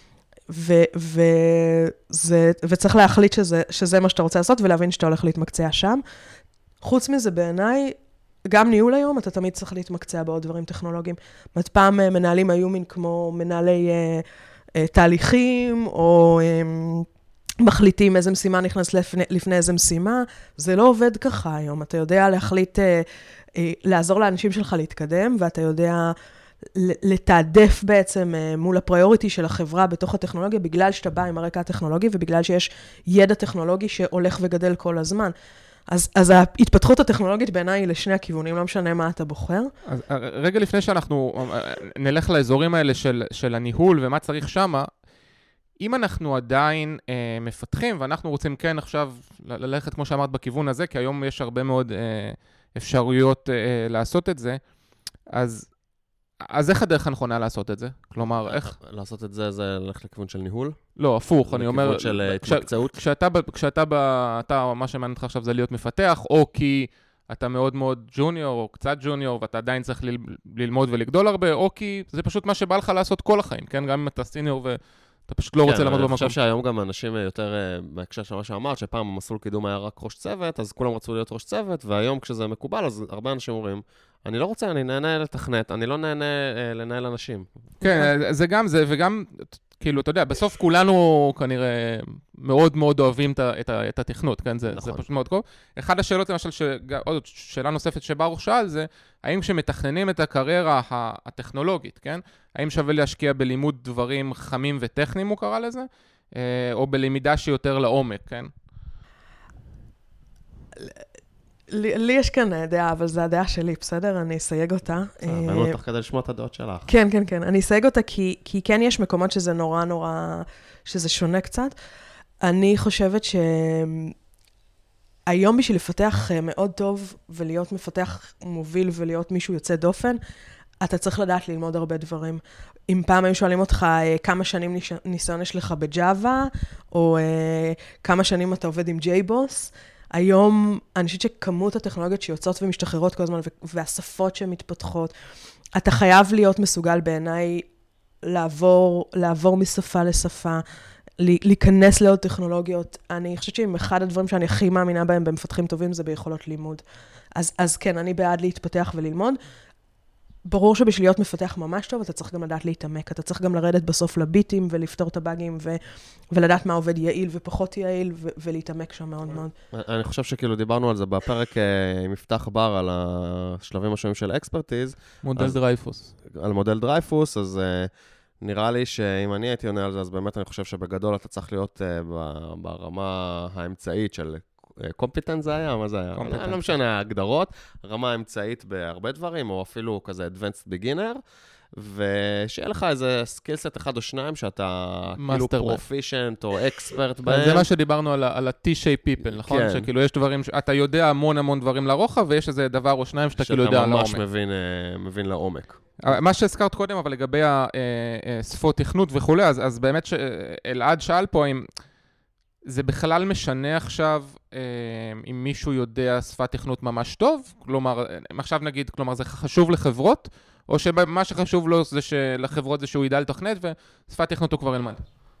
וצריך להחליט שזה מה שאתה רוצה לעשות, ולהבין שאתה הולך להתמקצע שם. חוץ מזה, בעיניי, גם ניהול היום, אתה תמיד צריך להתמקצע בעוד דברים טכנולוגיים. פעם מנהלים היו מין כמו מנהלי תהליכים, או מחליטים איזה משימה נכנס לפני איזה משימה. זה לא עובד ככה היום. אתה יודע להחליט, לעזור לאנשים שלך להתקדם, ואתה יודע לתעדף בעצם מול הפריוריטי של החברה בתוך הטכנולוגיה, בגלל שאתה בא עם הרקע הטכנולוגי, ובגלל שיש ידע טכנולוגי שהולך וגדל כל הזמן. אז ההתפתחות הטכנולוגית בעיניי היא לשני הכיוונים, לא משנה מה אתה בוחר. אז רגע לפני שאנחנו נלך לאזורים האלה של הניהול ומה צריך שמה, אם אנחנו עדיין מפתחים, ואנחנו רוצים כן עכשיו ללכת, כמו שאמרת, בכיוון הזה, כי היום יש הרבה מאוד אפשרויות לעשות את זה, אז איך הדרך הנכונה לעשות את זה? כלומר, איך... לעשות את זה, זה ללכת לכיוון של ניהול? לא, הפוך, אני אומר... לכיוון של התמקצעות? כשאתה, מה שמעניין אותך עכשיו זה להיות מפתח, או כי אתה מאוד מאוד ג'וניור, או קצת ג'וניור, ואתה עדיין צריך ללמוד ולגדול הרבה, או כי זה פשוט מה שבא לך לעשות כל החיים, כן? גם אם אתה סיניור ואתה פשוט לא רוצה לעמוד במקום. אני חושב שהיום גם אנשים יותר, בהקשר של מה שאמרת, שפעם המסלול קידום היה רק ראש צוות, אז כולם רצו להיות ראש צוות, והיום כשזה מקובל, אז הרבה אנשים אומרים, אני לא רוצה, אני נהנה לתכנת, אני לא נהנה לנהל אנשים. כן, זה גם זה, וגם, כאילו, אתה יודע, בסוף כולנו כנראה מאוד מאוד אוהבים את התכנות, כן? זה פשוט מאוד טוב. אחד השאלות, למשל, עוד שאלה נוספת שברוך שאל, זה, האם כשמתכננים את הקריירה הטכנולוגית, כן? האם שווה להשקיע בלימוד דברים חמים וטכניים, הוא קרא לזה? או בלמידה שיותר לעומק, כן? לי יש כאן דעה, אבל זו הדעה שלי, בסדר? אני אסייג אותה. ואני אותך כדי לשמוע את הדעות שלך. כן, כן, כן. אני אסייג אותה כי כן יש מקומות שזה נורא נורא, שזה שונה קצת. אני חושבת שהיום בשביל לפתח מאוד טוב ולהיות מפתח מוביל ולהיות מישהו יוצא דופן, אתה צריך לדעת ללמוד הרבה דברים. אם פעם היו שואלים אותך כמה שנים ניסיון יש לך בג'אווה, או כמה שנים אתה עובד עם JBoss, היום אני חושבת שכמות הטכנולוגיות שיוצאות ומשתחררות כל הזמן, והשפות שמתפתחות, אתה חייב להיות מסוגל בעיניי לעבור משפה לשפה, להיכנס לעוד טכנולוגיות. אני חושבת שאם אחד הדברים שאני הכי מאמינה בהם במפתחים טובים, זה ביכולות לימוד. אז כן, אני בעד להתפתח וללמוד. ברור שבשביל להיות מפתח ממש טוב, אתה צריך גם לדעת להתעמק. אתה צריך גם לרדת בסוף לביטים ולפתור את הבאגים ולדעת מה עובד יעיל ופחות יעיל ולהתעמק שם מאוד מאוד. אני חושב שכאילו דיברנו על זה בפרק עם יפתח בר על השלבים השונים של אקספרטיז. מודל דרייפוס. על מודל דרייפוס, אז נראה לי שאם אני הייתי עונה על זה, אז באמת אני חושב שבגדול אתה צריך להיות ברמה האמצעית של קומפיטנט זה היה? מה זה היה? לא משנה, ההגדרות, רמה האמצעית בהרבה דברים, או אפילו כזה advanced beginner, ושיהיה לך איזה סקילסט אחד או שניים, שאתה כאילו פרופישנט או אקספרט בהם. זה מה שדיברנו על ה-T-shape people, נכון? שכאילו יש דברים, אתה יודע המון דברים לרוחב, ויש איזה דבר או שניים שאתה כאילו יודע לעומק. שאתה ממש מבין לעומק. מה שהזכרת קודם, אבל לגבי השפות תכנות וכו', אז באמת אלעד שאל פה אם זה בכלל משנה עכשיו אם מישהו יודע שפת תכנות ממש טוב, כלומר, עכשיו נגיד, כלומר, זה חשוב לחברות, או שמה שחשוב לו זה שלחברות זה שהוא ידע לתכנת, ושפת תכנות הוא כבר ילמד?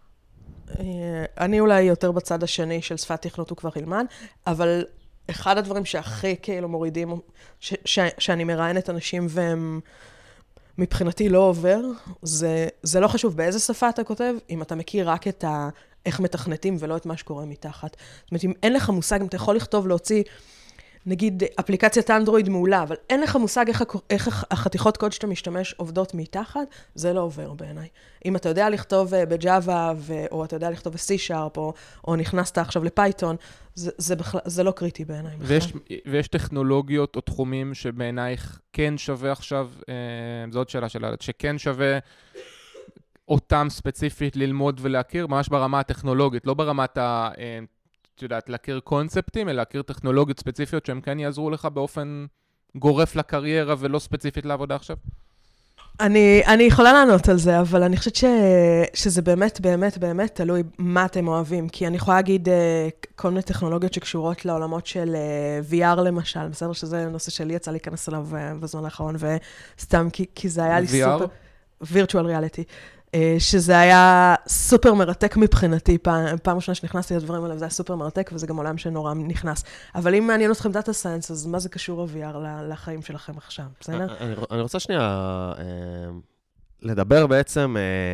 אני אולי יותר בצד השני של שפת תכנות הוא כבר ילמד, אבל אחד הדברים שהכי כאילו מורידים, שאני מראיינת אנשים והם מבחינתי לא עובר, זה לא חשוב באיזה שפה אתה כותב, אם אתה מכיר רק את איך מתכנתים ולא את מה שקורה מתחת. זאת אומרת, אם אין לך מושג, אם אתה יכול לכתוב, להוציא, נגיד, אפליקציית אנדרואיד מעולה, אבל אין לך מושג איך החתיכות קוד שאתה משתמש עובדות מתחת, זה לא עובר בעיניי. אם אתה יודע לכתוב בג'אווה, או אתה יודע לכתוב ב-C-Sharp, או נכנסת עכשיו לפייתון, זה לא קריטי בעיניי. ויש טכנולוגיות או תחומים שבעינייך כן שווה עכשיו, זאת שאלה שלה, שכן שווה אותם ספציפית ללמוד ולהכיר, ממש ברמה הטכנולוגית, לא ברמת את יודעת, להכיר קונספטים, אלא להכיר טכנולוגיות ספציפיות שהם כן יעזרו לך באופן גורף לקריירה ולא ספציפית לעבודה עכשיו? אני יכולה לענות על זה, אבל אני חושבת שזה באמת, באמת, באמת תלוי מה אתם אוהבים, כי אני יכולה להגיד כל מיני טכנולוגיות שקשורות לעולמות של VR למשל, בסדר שזה נושא שלי יצא להיכנס אליו בזמן האחרון, וסתם כי זה היה לי סופר... virtual reality. שזה היה סופר מרתק מבחינתי, פעם ראשונה שנכנסתי לדברים האלה, זה היה סופר מרתק, וזה גם עולם שנורא נכנס. אבל אם מעניין אתכם דאטה סיינס, אז מה זה קשור ה-VR לחיים שלכם עכשיו? בסדר? אני רוצה שנייה לדבר בעצם,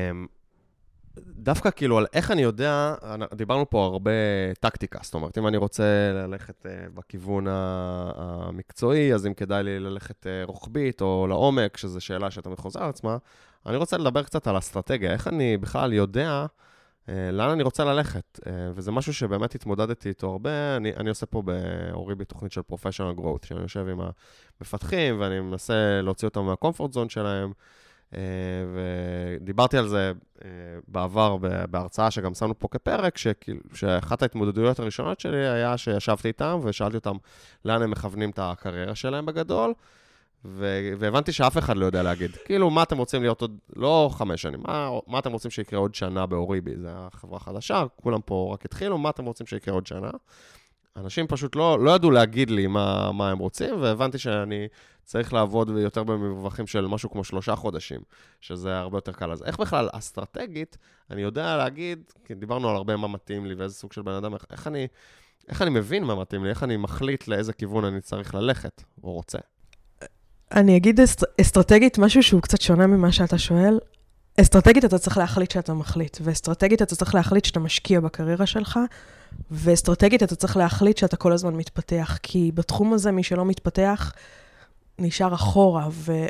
דווקא כאילו על איך אני יודע, דיברנו פה הרבה טקטיקה, זאת אומרת, אם אני רוצה ללכת בכיוון המקצועי, אז אם כדאי לי ללכת רוחבית או לעומק, שזו שאלה שאתה מתחוזר על עצמה, אני רוצה לדבר קצת על אסטרטגיה, איך אני בכלל יודע לאן אני רוצה ללכת, וזה משהו שבאמת התמודדתי איתו הרבה, אני עושה פה באורי בתוכנית של Professional Growth, שאני יושב עם המפתחים ואני מנסה להוציא אותם מהקומפורט זון שלהם, ודיברתי על זה בעבר בהרצאה שגם שמנו פה כפרק, שאחת ההתמודדויות הראשונות שלי היה שישבתי איתם ושאלתי אותם לאן הם מכוונים את הקריירה שלהם בגדול, והבנתי שאף אחד לא יודע להגיד. כאילו, מה אתם רוצים להיות עוד, לא 5 שנים, מה אתם רוצים שיקרה עוד שנה באוריבי? זו חברה חדשה, כולם פה רק התחילו, מה אתם רוצים שיקרה עוד שנה? אנשים פשוט לא ידעו להגיד לי מה הם רוצים, והבנתי שאני צריך לעבוד יותר במרווחים של משהו כמו 3 חודשים, שזה הרבה יותר קל. אז איך בכלל, אסטרטגית, אני יודע להגיד, כי דיברנו על הרבה מה מתאים לי, ואיזה סוג של בן אדם, איך אני מבין מה מתאים לי, איך אני מחליט לאיזה כיוון אני צריך ללכת, או רוצה. אני אגיד אסטרטגית משהו שהוא קצת שונה ממה שאתה שואל. אסטרטגית אתה צריך להחליט שאתה מחליט, ואסטרטגית אתה צריך להחליט שאתה משקיע בקריירה שלך, ואסטרטגית אתה צריך להחליט שאתה כל הזמן מתפתח, כי בתחום הזה מי שלא מתפתח נשאר אחורה,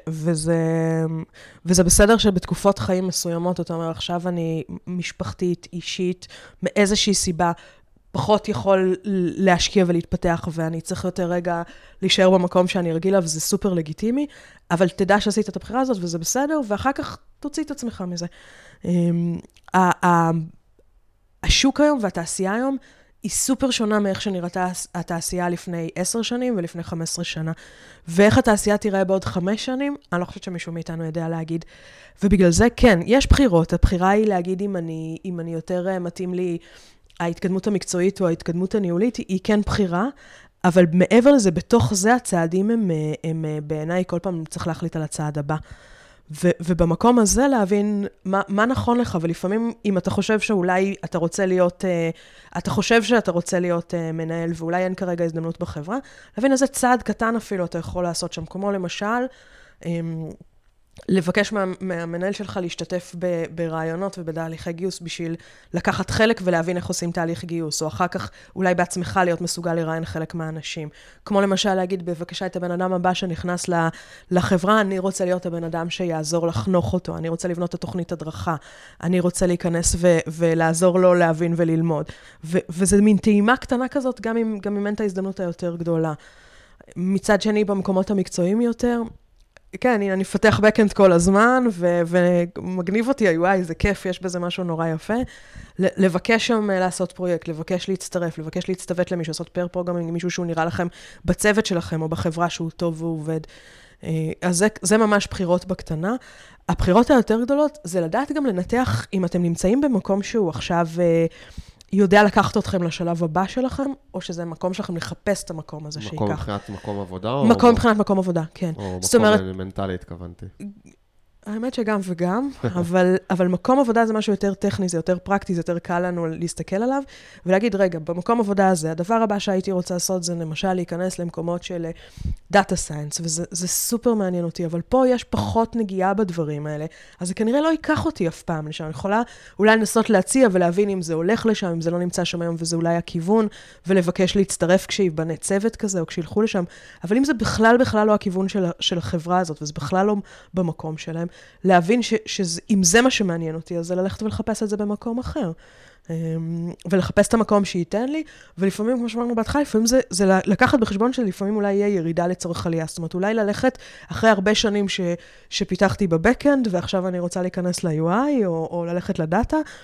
וזה בסדר שבתקופות חיים מסוימות, אתה אומר, עכשיו אני משפחתית, אישית, מאיזושהי סיבה, פחות יכול להשקיע ולהתפתח, ואני צריך יותר רגע להישאר במקום שאני רגילה, וזה סופר לגיטימי, אבל תדע שעשית את הבחירה הזאת, וזה בסדר, ואחר כך תוציא את עצמך מזה. השוק היום והתעשייה היום, היא סופר שונה מאיך שנראתה התעשייה לפני 10 שנים ולפני 15 שנה. ואיך התעשייה תיראה בעוד 5 שנים, אני לא חושבת שמישהו מאיתנו יודע להגיד. ובגלל זה כן, יש בחירות. הבחירה היא להגיד אם אני יותר מתאים לי ההתקדמות המקצועית או ההתקדמות הניהולית, היא כן בחירה, אבל מעבר לזה, בתוך זה הצעדים הם בעיניי כל פעם צריך להחליט על הצעד הבא. ובמקום הזה להבין מה נכון לך, ולפעמים אם אתה חושב שאולי אתה רוצה להיות, אתה חושב שאתה רוצה להיות מנהל, ואולי אין כרגע הזדמנות בחברה, להבין איזה צעד קטן אפילו אתה יכול לעשות שם, כמו למשל, לבקש מהמנהל שלך להשתתף ברעיונות ובתהליכי גיוס בשביל לקחת חלק ולהבין איך עושים תהליך גיוס, או אחר כך אולי בעצמך להיות מסוגל לראיין חלק מהאנשים. כמו למשל להגיד, בבקשה את הבן אדם הבא שנכנס לחברה, אני רוצה להיות הבן אדם שיעזור לחנוך אותו, אני רוצה לבנות את התוכנית הדרכה, אני רוצה להיכנס ולעזור לו להבין וללמוד. וזה מין טעימה קטנה כזאת, גם אם אין את ההזדמנות היותר גדולה. מצד שני, במקומות המקצועיים יותר, כן, אני מפתח בקאנד כל הזמן, ומגניב אותי ה-UI, זה כיף, יש בזה משהו נורא יפה. לבקש שם לעשות פרויקט, לבקש להצטרף, לבקש להצטוות למישהו, לעשות פר פרוגרמינג, מישהו שהוא נראה לכם בצוות שלכם, או בחברה שהוא טוב והוא עובד. אז זה ממש בחירות בקטנה. הבחירות היותר גדולות, זה לדעת גם לנתח, אם אתם נמצאים במקום שהוא עכשיו יודע לקחת אתכם לשלב הבא שלכם, או שזה מקום שלכם לחפש את המקום הזה שיקח. מקום מבחינת מקום עבודה? מקום מבחינת מקום עבודה, כן. או מקום מנטלי התכוונתי. האמת שגם וגם, אבל מקום עבודה זה משהו יותר טכני, זה יותר פרקטי, זה יותר קל לנו להסתכל עליו, ולהגיד, רגע, במקום עבודה הזה, הדבר הבא שהייתי רוצה לעשות זה למשל להיכנס למקומות של דאטה סיינס, וזה סופר מעניין אותי, אבל פה יש פחות נגיעה בדברים האלה, אז זה כנראה לא ייקח אותי אף פעם לשם, אני יכולה אולי לנסות להציע ולהבין אם זה הולך לשם, אם זה לא נמצא שם היום וזה אולי הכיוון, ולבקש להצטרף כשיבנה צוות כזה או כשילכו לשם, אבל אם זה בכלל לא הכיוון של החברה הזאת, וזה בכלל לא במקום שלהם, להבין שאם זה מה שמעניין אותי, אז זה ללכת ולחפש את זה במקום אחר. ולחפש את המקום שייתן לי, ולפעמים, כמו שאמרנו בהתחלה, לפעמים זה לקחת בחשבון שלפעמים אולי יהיה ירידה לצורך עלייה. זאת אומרת, אולי ללכת אחרי הרבה שנים שפיתחתי בבקאנד, ועכשיו אני רוצה להיכנס ל-UI, או ללכת לדאטה,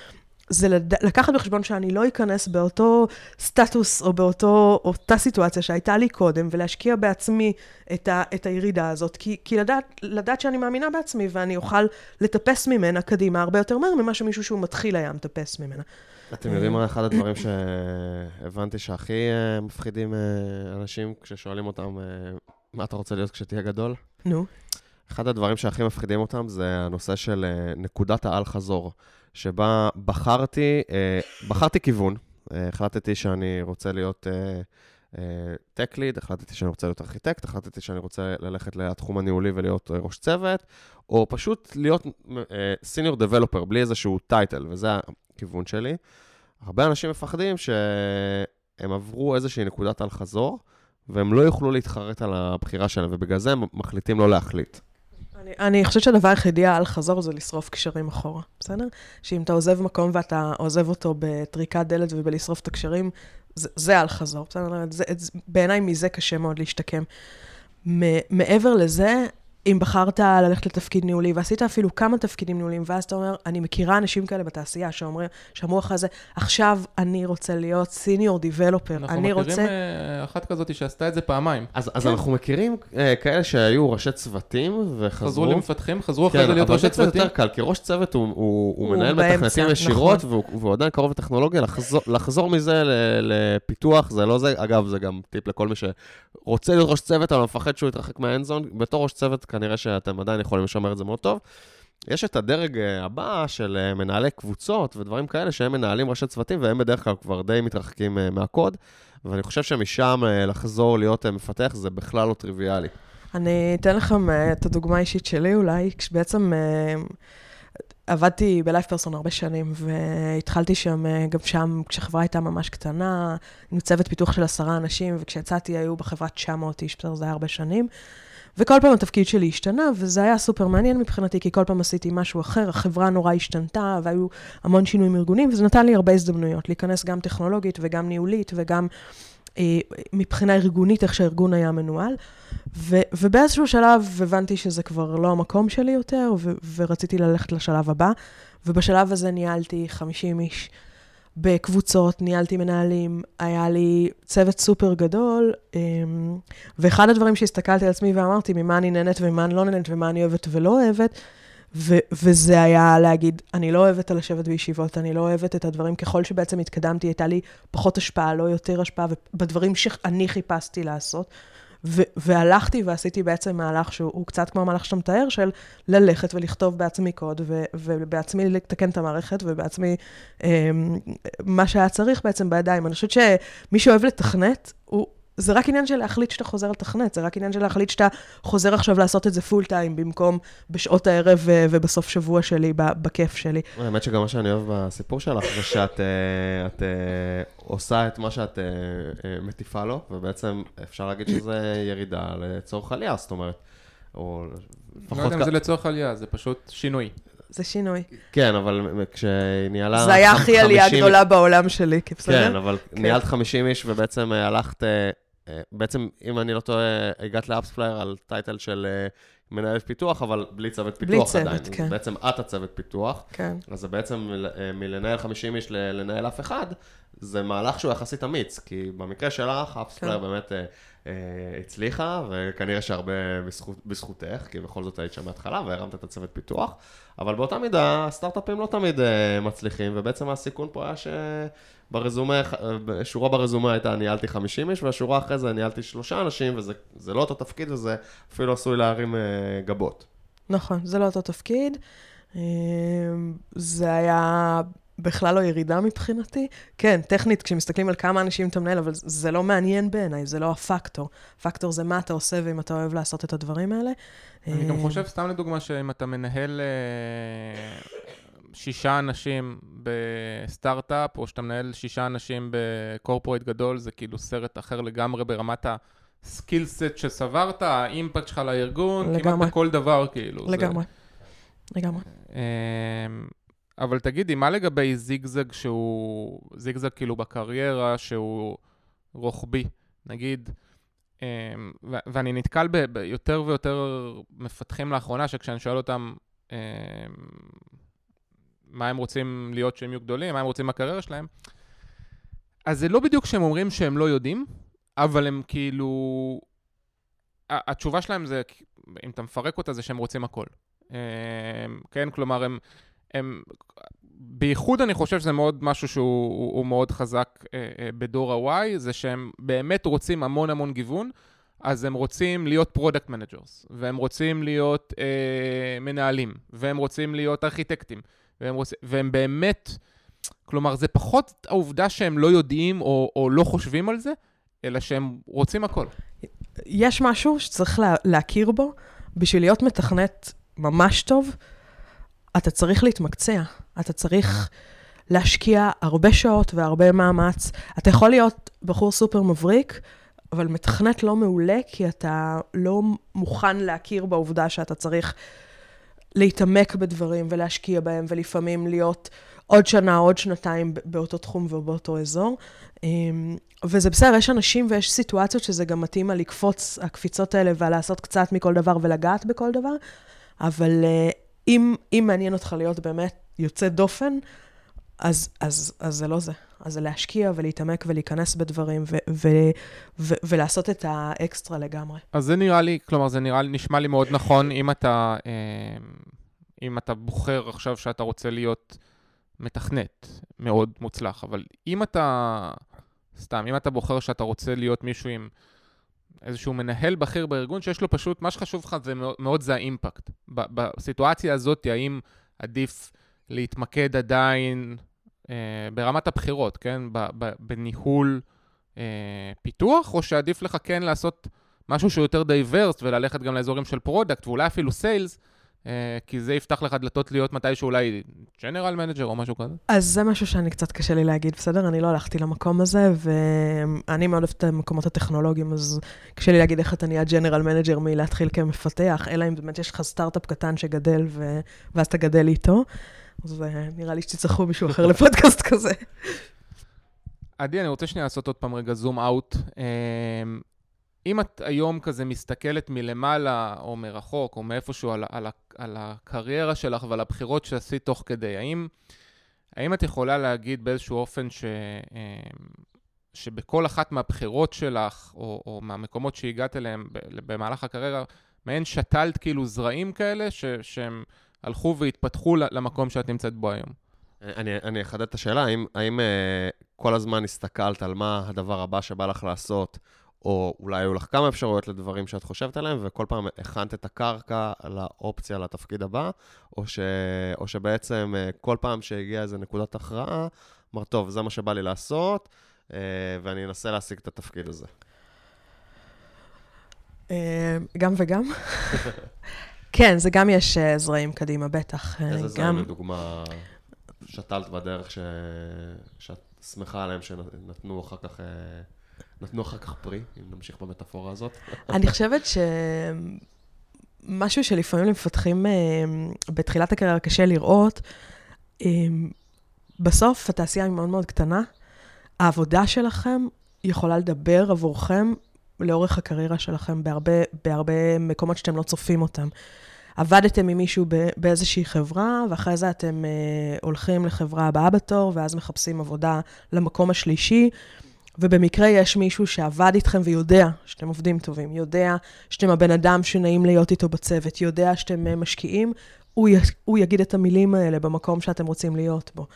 זה לקחת בחשבון שאני לא אכנס באותו סטטוס או אותה סיטואציה שהייתה לי קודם, ולהשקיע בעצמי את הירידה הזאת, כי לדעת שאני מאמינה בעצמי, ואני אוכל לטפס ממנה קדימה הרבה יותר מהר ממה שמישהו שהוא מתחיל היה מטפס ממנה. אתם יודעים מה אחד הדברים שהבנתי שהכי מפחידים אנשים כששואלים אותם מה אתה רוצה להיות כשתהיה גדול? נו. אחד הדברים שהכי מפחידים אותם זה הנושא של נקודת העל חזור, שבה בחרתי כיוון, החלטתי שאני רוצה להיות טק ליד, החלטתי שאני רוצה להיות ארכיטקט, החלטתי שאני רוצה ללכת לתחום הניהולי ולהיות ראש צוות, או פשוט להיות סיניור דבלופר, בלי איזשהו טייטל, וזה הכיוון שלי. הרבה אנשים מפחדים שהם עברו איזושהי נקודת על חזור, והם לא יוכלו להתחרט על הבחירה שלהם, ובגלל זה הם מחליטים לא להחליט. אני חושבת שהדבר היחידי על חזור זה לשרוף קשרים אחורה, בסדר? שאם אתה עוזב מקום ואתה עוזב אותו בטריקת דלת ובלשרוף את הקשרים, זה על חזור, בסדר? בעיניי מזה קשה מאוד להשתקם. מעבר לזה, אם בחרת ללכת לתפקיד ניהולי, ועשית אפילו כמה תפקידים ניהוליים, ואז אתה אומר, אני מכירה אנשים כאלה בתעשייה, שאמרו אחרי זה, עכשיו אני רוצה להיות סיניור דיבלופר, אני רוצה... אנחנו מכירים אחת כזאת שעשתה את זה פעמיים. אז אנחנו מכירים כאלה שהיו ראשי צוותים, וחזרו... חזרו למפתחים, חזרו אחרי זה להיות ראשי צוותים. אבל זה יותר קל, כי ראש צוות הוא מנהל מתכנתים ישירות, והוא עדיין קרוב לטכנולוגיה, לחזור מזה לפיתוח, זה לא זה, אגב, זה גם טיפ לכל מי שרוצה להיות ראש צוות, אבל מפחד שהוא יתרחק מהאנזון, בתור ראש צוות כנראה שאתם עדיין יכולים לשמר את זה מאוד טוב. יש את הדרג הבא של מנהלי קבוצות ודברים כאלה שהם מנהלים ראשי צוותים, והם בדרך כלל כבר די מתרחקים מהקוד, ואני חושב שמשם לחזור להיות מפתח זה בכלל לא טריוויאלי. אני אתן לכם את הדוגמה האישית שלי אולי, כשבעצם עבדתי בלייף פרסון הרבה שנים, והתחלתי גם שם, כשחברה הייתה ממש קטנה, עם צוות פיתוח של 10 אנשים, וכשיצאתי היו בחברה 900 איש, זה היה הרבה שנים, וכל פעם התפקיד שלי השתנה, וזה היה סופר מעניין מבחינתי, כי כל פעם עשיתי משהו אחר, החברה נורא השתנתה, והיו המון שינויים ארגוניים, וזה נתן לי הרבה הזדמנויות, להיכנס גם טכנולוגית וגם ניהולית, וגם מבחינה ארגונית, איך שהארגון היה מנוהל, ובאיזשהו שלב הבנתי שזה כבר לא המקום שלי יותר, ורציתי ללכת לשלב הבא, ובשלב הזה ניהלתי 50 איש בקבוצות, ניהלתי מנהלים, היה לי צוות סופר גדול, ואחד הדברים שהסתכלתי על עצמי ואמרתי, ממה אני נהנית ומה אני לא נהנית, ומה אני אוהבת ולא אוהבת, וזה היה להגיד, אני לא אוהבת על לשבת בישיבות, אני לא אוהבת את הדברים, ככל שבעצם התקדמתי, הייתה לי פחות השפעה, לא יותר השפעה, ובדברים שאני חיפשתי לעשות, והלכתי ועשיתי בעצם מהלך שהוא קצת כמו המהלך שאתה מתאר, של ללכת ולכתוב בעצמי קוד, ובעצמי לתקן את המערכת, ובעצמי מה שהיה צריך בעצם בידיים. אני חושבת שמי שאוהב לתכנת, זה רק עניין של להחליט שאתה חוזר לתכנת, זה רק עניין של להחליט שאתה חוזר עכשיו לעשות את זה פול טיים, במקום בשעות הערב ובסוף שבוע שלי, בכיף שלי. האמת שגם מה שאני אוהב בסיפור שלך, זה שאת עושה את מה שאת מטיפה לו, ובעצם אפשר להגיד שזה ירידה לצורך עלייה, זאת אומרת, או לפחות... לא יודע אם זה לצורך עלייה, זה פשוט שינוי. זה שינוי. כן, אבל כשניהלה... זה היה הכי עלייה גדולה בעולם שלי, בסדר? כן, אבל ניהלת 50 איש ובעצם הלכת... בעצם, אם אני לא טועה, הגעת לאפספלייר על טייטל של מנהל פיתוח, אבל בלי צוות פיתוח עדיין. בלי צוות, כן. בעצם את הצוות פיתוח. כן. אז זה בעצם מלנהל 50 איש לנהל אף אחד, זה מהלך שהוא יחסית אמיץ, כי במקרה שלך, אפספלייר באמת הצליחה, וכנראה שהרבה בזכותך, כי בכל זאת היית שם מההתחלה, והרמת את הצוות פיתוח, אבל באותה מידה, הסטארט-אפים לא תמיד מצליחים, ובעצם הסיכון פה היה ברזומה, שורה ברזומה הייתה, ניהלתי 50 איש, והשורה אחרי זה ניהלתי 3 אנשים, וזה לא אותו תפקיד, וזה אפילו עשוי להרים גבות. נכון, זה לא אותו תפקיד. זה היה בכלל לא ירידה מבחינתי. כן, טכנית, כשמסתכלים על כמה אנשים אתה מנהל, אבל זה לא מעניין בעיניי, זה לא הפקטור. הפקטור זה מה אתה עושה, ואם אתה אוהב לעשות את הדברים האלה. אני גם חושב, סתם לדוגמה, שאם אתה מנהל 6 אנשים בסטארט-אפ, או שאתה מנהל 6 אנשים בקורפורייט גדול, זה כאילו סרט אחר לגמרי ברמת הסקילסט שסברת, האימפקט שלך לארגון, כמעט בכל דבר כאילו. לגמרי. לגמרי. אבל תגידי, מה לגבי זיגזג שהוא, זיגזג כאילו בקריירה שהוא רוחבי, נגיד, ואני נתקל ביותר ויותר מפתחים לאחרונה, שכשאני שואל אותם, מה הם רוצים להיות שהם יהיו גדולים, מה הם רוצים מהקריירה שלהם. אז זה לא בדיוק שהם אומרים שהם לא יודעים, אבל הם כאילו... התשובה שלהם זה, אם אתה מפרק אותה, זה שהם רוצים הכל. כן, כלומר, הם... בייחוד אני חושב שזה מאוד משהו שהוא מאוד חזק בדור ה-Y, זה שהם באמת רוצים המון המון גיוון, אז הם רוצים להיות פרודקט מנג'רס, והם רוצים להיות מנהלים, והם רוצים להיות ארכיטקטים, והם באמת, כלומר, זה פחות העובדה שהם לא יודעים או לא חושבים על זה, אלא שהם רוצים הכל. יש משהו שצריך להכיר בו, בשביל להיות מתכנת ממש טוב, אתה צריך להתמקצע, אתה צריך להשקיע הרבה שעות והרבה מאמץ. אתה יכול להיות בחור סופר מבריק, אבל מתכנת לא מעולה, כי אתה לא מוכן להכיר בעובדה שאתה צריך להתעמק בדברים ולהשקיע בהם, ולפעמים להיות עוד שנה, עוד שנתיים באותו תחום ובאותו אזור. וזה בסדר, יש אנשים ויש סיטואציות שזה גם מתאים על לקפוץ, הקפיצות האלה, ולעשות קצת מכל דבר ולגעת בכל דבר, אבל אם מעניין אותך להיות באמת יוצא דופן, אז זה לא זה. אז זה להשקיע ולהתעמק ולהיכנס בדברים ולעשות את האקסטרה לגמרי. אז זה נראה לי, כלומר, זה נשמע לי מאוד נכון, אם אתה בוחר עכשיו שאתה רוצה להיות מתכנת מאוד מוצלח, אבל אם אתה בוחר שאתה רוצה להיות מישהו עם איזשהו מנהל בכיר בארגון, שיש לו פשוט, מה שחשוב לך זה מאוד זה האימפקט. בסיטואציה הזאת, האם עדיף להתמקד עדיין ברמת הבחירות, כן? בניהול פיתוח, או שעדיף לך כן לעשות משהו שהוא יותר דייברס, וללכת גם לאזורים של פרודקט, ואולי אפילו סיילס, כי זה יפתח לך דלתות להיות מתישהו אולי ג'נרל מנג'ר או משהו כזה. אז זה משהו שאני קצת קשה לי להגיד, בסדר? אני לא הלכתי למקום הזה, ואני מאוד אוהבת את המקומות הטכנולוגיים, אז קשה לי להגיד איך אתה נהיה ג'נרל מנג'ר מלהתחיל כמפתח, אלא אם באמת יש לך סטארט-אפ קטן שגדל, ואז אתה גדל איתו. אז נראה לי שתצטרכו מישהו אחר לפודקאסט כזה. עדי, אני רוצה שנייה לעשות עוד פעם רגע זום אאוט. אם את היום כזה מסתכלת מלמעלה או מרחוק או מאיפשהו על הקריירה שלך ועל הבחירות שעשית תוך כדי, האם את יכולה להגיד באיזשהו אופן שבכל אחת מהבחירות שלך או מהמקומות שהגעת אליהם במהלך הקריירה, מהן שתלת כאילו זרעים כאלה שהם הלכו והתפתחו למקום שאת נמצאת בו היום? אני אחדד את השאלה, האם כל הזמן הסתכלת על מה הדבר הבא שבא לך לעשות, או אולי היו לך כמה אפשרויות לדברים שאת חושבת עליהם, וכל פעם הכנת את הקרקע לאופציה לתפקיד הבא, או שבעצם כל פעם שהגיעה איזו נקודת הכרעה, אמר, טוב, זה מה שבא לי לעשות, ואני אנסה להשיג את התפקיד הזה. גם וגם. כן, זה גם יש זרעים קדימה, בטח. איזה זרעים לדוגמה שתלת בדרך שאת שמחה עליהם שנתנו אחר כך... נתנו אחר כך פרי, אם נמשיך במטאפורה הזאת. אני חושבת שמשהו שלפעמים למפתחים בתחילת הקריירה קשה לראות, בסוף התעשייה היא מאוד מאוד קטנה, העבודה שלכם יכולה לדבר עבורכם לאורך הקריירה שלכם בהרבה מקומות שאתם לא צופים אותם. עבדתם עם מישהו באיזושהי חברה, ואחרי זה אתם הולכים לחברה הבאה בתור, ואז מחפשים עבודה למקום השלישי, ובמקרה יש מישהו שעבד איתכם ויודע שאתם עובדים טובים, יודע שאתם הבן אדם שנעים להיות איתו בצוות, יודע שאתם משקיעים, הוא יגיד את המילים האלה במקום שאתם רוצים להיות בו.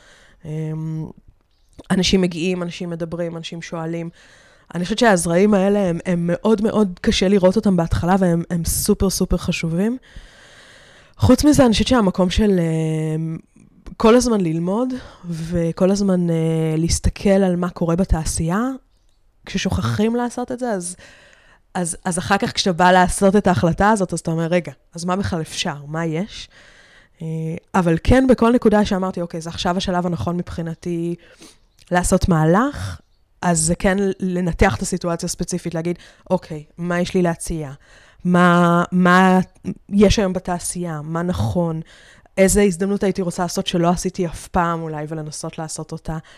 אנשים מגיעים, אנשים מדברים, אנשים שואלים. אני חושבת שהזרעים האלה הם מאוד מאוד קשה לראות אותם בהתחלה, והם סופר סופר חשובים. חוץ מזה, אני חושבת שהמקום של כל הזמן ללמוד, וכל הזמן להסתכל על מה קורה בתעשייה, כששוכחים לעשות את זה, אז אחר כך כשאתה בא לעשות את ההחלטה הזאת, אז אתה אומר, רגע, אז מה בכלל אפשר? מה יש? אבל כן, בכל נקודה שאמרתי, אוקיי, זה עכשיו השלב הנכון מבחינתי לעשות מהלך, אז זה כן לנתח את הסיטואציה הספציפית, להגיד, אוקיי, מה יש לי להציע? מה יש היום בתעשייה? מה נכון? איזה הזדמנות הייתי רוצה לעשות שלא עשיתי אף פעם אולי, ולנסות לעשות אותה.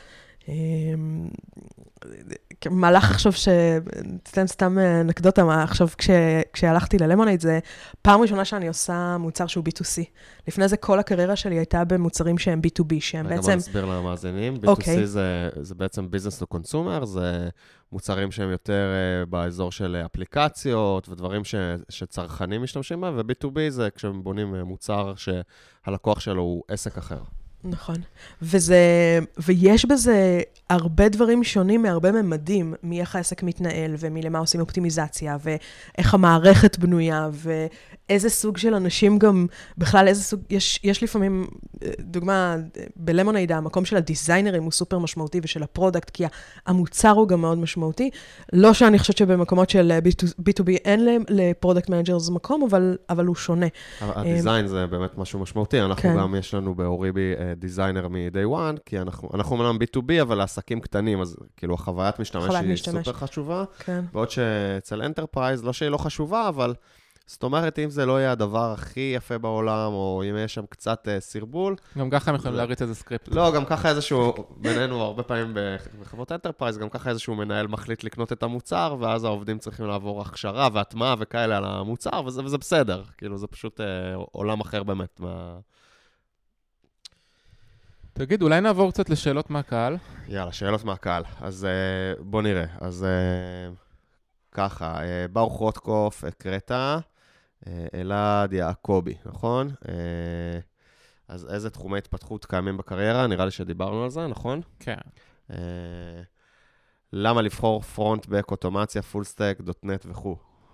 מהלך עכשיו תתן סתם אנקדוטה, עכשיו כשהלכתי ללמונייד, זה פעם ראשונה שאני עושה מוצר שהוא B2C. לפני זה כל הקריירה שלי הייתה במוצרים שהם B2B, שהם בעצם... רגע, בוא נסביר למאזינים. B2C זה בעצם Business to Consumer, זה מוצרים שהם יותר באזור של אפליקציות ודברים שצרכנים משתמשים בהם, ו-B2B זה כשהם בונים מוצר שהלקוח שלו הוא עסק אחר. נכון. ויש בזה הרבה דברים שונים מהרבה ממדים, מאיך העסק מתנהל, ומלמה עושים אופטימיזציה, ואיך המערכת בנויה, ואיזה סוג של אנשים גם, בכלל איזה סוג, יש לפעמים, דוגמה, בלמונייד, המקום של הדיזיינרים הוא סופר משמעותי, ושל הפרודקט, כי המוצר הוא גם מאוד משמעותי. לא שאני חושבת שבמקומות של B2B אין לפרודקט מנג'רס מקום, אבל הוא שונה. הדיזיין זה באמת משהו משמעותי. אנחנו גם, יש לנו באוריבי דיזיינר מ-day one, כי אנחנו אומנם B2B, אבל לעסקים קטנים, אז כאילו החוויית משתמש היא סופר חשובה. בעוד שאצל אנטרפרייז, לא שהיא לא חשובה, אבל זאת אומרת, אם זה לא יהיה הדבר הכי יפה בעולם, או אם יש שם קצת סרבול. גם ככה הם יכולים להריץ איזה סקריפט. לא, גם ככה איזשהו, בינינו הרבה פעמים בחברות אנטרפרייז, גם ככה איזשהו מנהל מחליט לקנות את המוצר, ואז העובדים צריכים לעבור הכשרה והטמעה וכאלה על המוצר, וזה בסדר. כאילו, זה פשוט עולם אחר באמת. תגיד, אולי נעבור קצת לשאלות מהקהל? יאללה, שאלות מהקהל. אז בוא נראה. אז ככה, ברוך רוטקוף, הקראת, אלעד יעקובי, נכון? אז איזה תחומי התפתחות קיימים בקריירה? נראה לי שדיברנו על זה, נכון? כן. למה לבחור פרונט, בק, אוטומציה, פול סטק, דוטנט וכו'?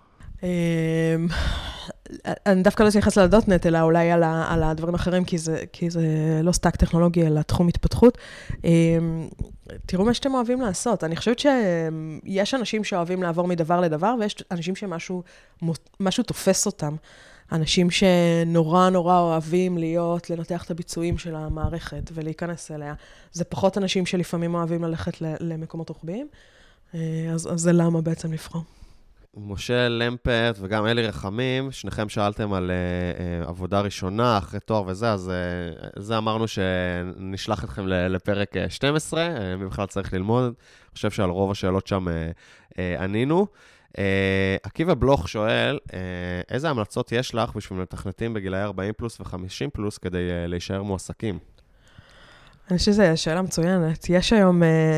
אני דווקא לא אתייחס לדוטנט, אלא אולי על הדברים האחרים, כי זה לא סטאק טכנולוגי, אלא תחום התפתחות. תראו מה שאתם אוהבים לעשות. אני חושבת שיש אנשים שאוהבים לעבור מדבר לדבר, ויש אנשים שמשהו תופס אותם. אנשים שנורא נורא אוהבים לנתח את הביצועים של המערכת ולהיכנס אליה. זה פחות אנשים שלפעמים אוהבים ללכת למקומות רוחביים. אז זה למה בעצם לבחור. משה למפרט וגם אלי רחמים, שניכם שאלתם על עבודה ראשונה, אחרי תואר וזה, אז זה אמרנו שנשלח אתכם לפרק 12, מי בכלל צריך ללמוד, אני חושב שעל רוב השאלות שם ענינו. עקיבא בלוך שואל, איזה המלצות יש לך בשביל מתכנתים בגילאי 40 פלוס ו-50 פלוס כדי להישאר מועסקים? אני חושב שזו שאלה מצוינת. יש היום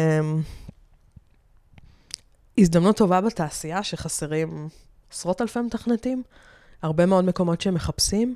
הזדמנות טובה בתעשייה שחסרים עשרות אלפי מתכנתים, הרבה מאוד מקומות שהם מחפשים,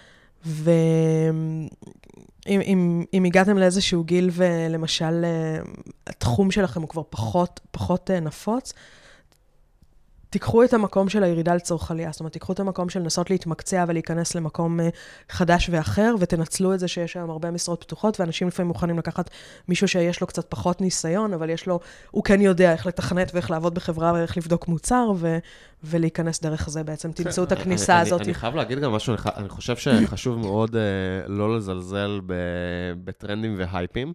ואם הגעתם לאיזשהו גיל ולמשל התחום שלכם הוא כבר פחות נפוץ, תיקחו את המקום של הירידה לצורך עלייה, זאת אומרת, תיקחו את המקום של לנסות להתמקצע ולהיכנס למקום חדש ואחר, ותנצלו את זה שיש היום הרבה משרות פתוחות, ואנשים לפעמים מוכנים לקחת מישהו שיש לו קצת פחות ניסיון, אבל הוא כן יודע איך לתכנת ואיך לעבוד בחברה ואיך לבדוק מוצר, ולהיכנס דרך זה בעצם. תמצאו את הכניסה הזאת. אני חייב להגיד גם משהו, אני חושב שחשוב מאוד לא לזלזל בטרנדים והייפים.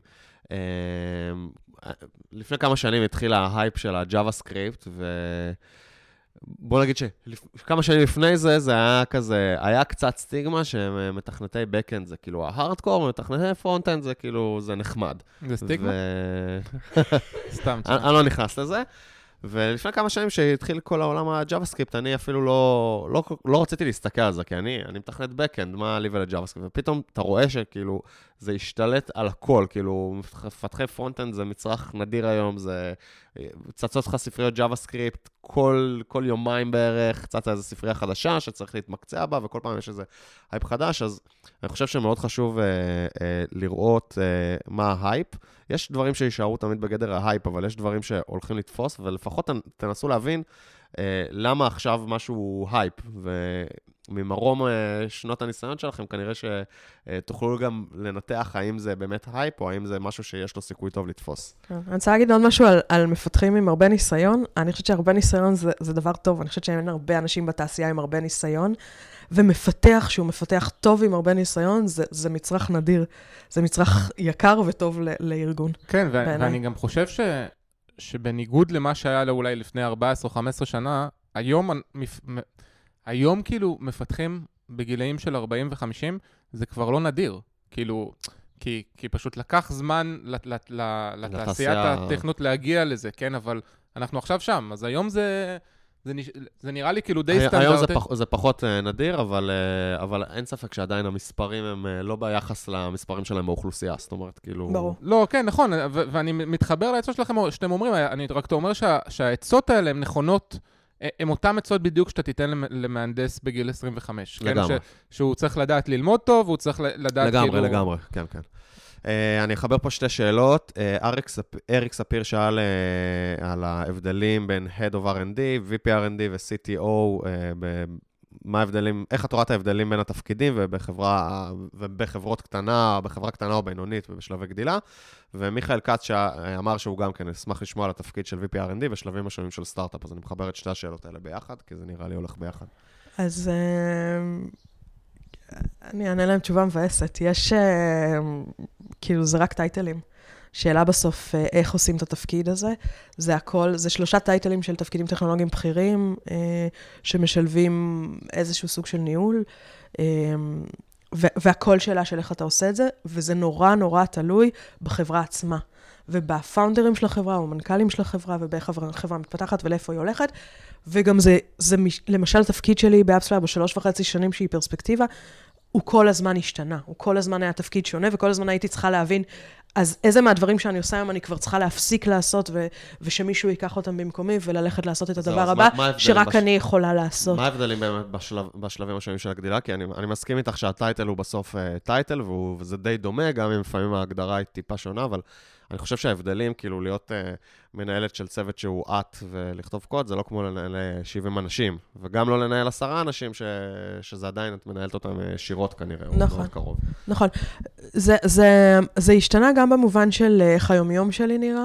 לפני כמה שנים התחיל ההייפ של ה-JavaScript, בוא נגיד שכמה שנים לפני זה, זה היה כזה, היה קצת סטיגמה שמתכנתי בקאנד זה כאילו ההארדקור, ומתכנתי פרונטאנד זה כאילו, זה נחמד. זה סטיגמה? סתם. אני לא נכנס לזה. ולפני כמה שנים שהתחיל כל העולם ה-JavaScript, אני אפילו לא רציתי להסתכל על זה, כי אני מתכנת בקאנד, מה לי ול-JavaScript, ופתאום אתה רואה שכאילו זה השתלט על הכל, כאילו מפתחי פרונט-אנד זה מצרך נדיר היום, זה צצות לך ספריות JavaScript, כל יומיים בערך, צצה איזו ספרייה חדשה שצריך להתמקצע בה, וכל פעם יש איזה הייפ חדש, אז אני חושב שמאוד חשוב לראות מה ההייפ. יש דברים שישארו תמיד בגדר ההייפ, אבל יש דברים שהולכים לתפוס, ולפחות תנסו להבין למה עכשיו משהו הוא הייפ, וממרום שנות הניסיון שלכם, כנראה שתוכלו גם לנתח האם זה באמת הייפ, או האם זה משהו שיש לו סיכוי טוב לתפוס. אני רוצה להגיד עוד משהו על מפתחים עם הרבה ניסיון. אני חושבת שהרבה ניסיון זה דבר טוב. אני חושבת שאין הרבה אנשים בתעשייה עם הרבה ניסיון, ומפתח שהוא מפתח טוב עם הרבה ניסיון, זה מצרך נדיר. זה מצרך יקר וטוב לארגון. כן, ואני גם חושב שבניגוד למה שהיה לו אולי לפני 14 או 15 שנה, היום כאילו מפתחים בגילאים של 40 ו-50, זה כבר לא נדיר. כאילו, כי פשוט לקח זמן לתעשיית הטכנות להגיע לזה, כן? אבל אנחנו עכשיו שם, אז היום זה נראה לי כאילו די סטנדרטי. היום זה פחות נדיר, אבל אין ספק שעדיין המספרים הם לא ביחס למספרים שלהם באוכלוסייה, זאת אומרת, כאילו... ברור. לא, כן, נכון, ואני מתחבר לעצות שלכם, שאתם אומרים, אני רק אומר שהעצות האלה הן נכונות, הן אותן עצות בדיוק שאתה תיתן למהנדס בגיל 25. לגמרי. שהוא צריך לדעת ללמוד טוב, והוא צריך לדעת כאילו... לגמרי, כן, כן. אני אחבר פה שתי שאלות. אריק ספיר שאל על ההבדלים בין Head of R&D, VP R&D ו-CTO, מה ההבדלים, איך את רואה את ההבדלים בין התפקידים ובחברות קטנה, בחברה קטנה או בינונית ובשלבי גדילה, ומיכאל קאץ שאמר שהוא גם כן אשמח לשמוע על התפקיד של VP R&D בשלבים השונים של סטארט-אפ, אז אני מחבר את שתי השאלות האלה ביחד, כי זה נראה לי הולך ביחד. אז אני אענה להם תשובה מבאסת. יש, כאילו, זה רק טייטלים. שאלה בסוף, איך עושים את התפקיד הזה? זה הכל, זה 3 טייטלים של תפקידים טכנולוגיים בכירים, שמשלבים איזשהו סוג של ניהול, והכל שאלה של איך אתה עושה את זה, וזה נורא נורא תלוי בחברה עצמה, ובפאונדרים של החברה, או מנכ"לים של החברה, ובאיך החברה מתפתחת ולאיפה היא הולכת, וגם זה למשל התפקיד שלי באפספלייר, ב3.5 שנים שהיא פרספקטיבה, הוא כל הזמן השתנה, הוא כל הזמן היה תפקיד שונה, וכל הזמן הייתי צריכה להבין, אז איזה מהדברים שאני עושה היום אני כבר צריכה להפסיק לעשות, ושמישהו ייקח אותם במקומי, וללכת לעשות את הדבר הבא, שרק אני יכולה לעשות. מה ההבדלים באמת בשלבים השונים של הגדילה? כי אני מסכים איתך שהטייטל הוא בסוף טייטל, וזה די דומה, גם אם לפעמים ההגדרה היא טיפה שונה, אבל אני חושב שההבדלים, כאילו להיות מנהלת של צוות שהוא את ולכתוב קוד, זה לא כמו לנהל 70 אנשים, וגם לא לנהל 10 אנשים, שזה עדיין, את מנהלת אותם ישירות כנראה, או מאוד קרוב. נכון. זה השתנה גם במובן של איך היומיום שלי נראה,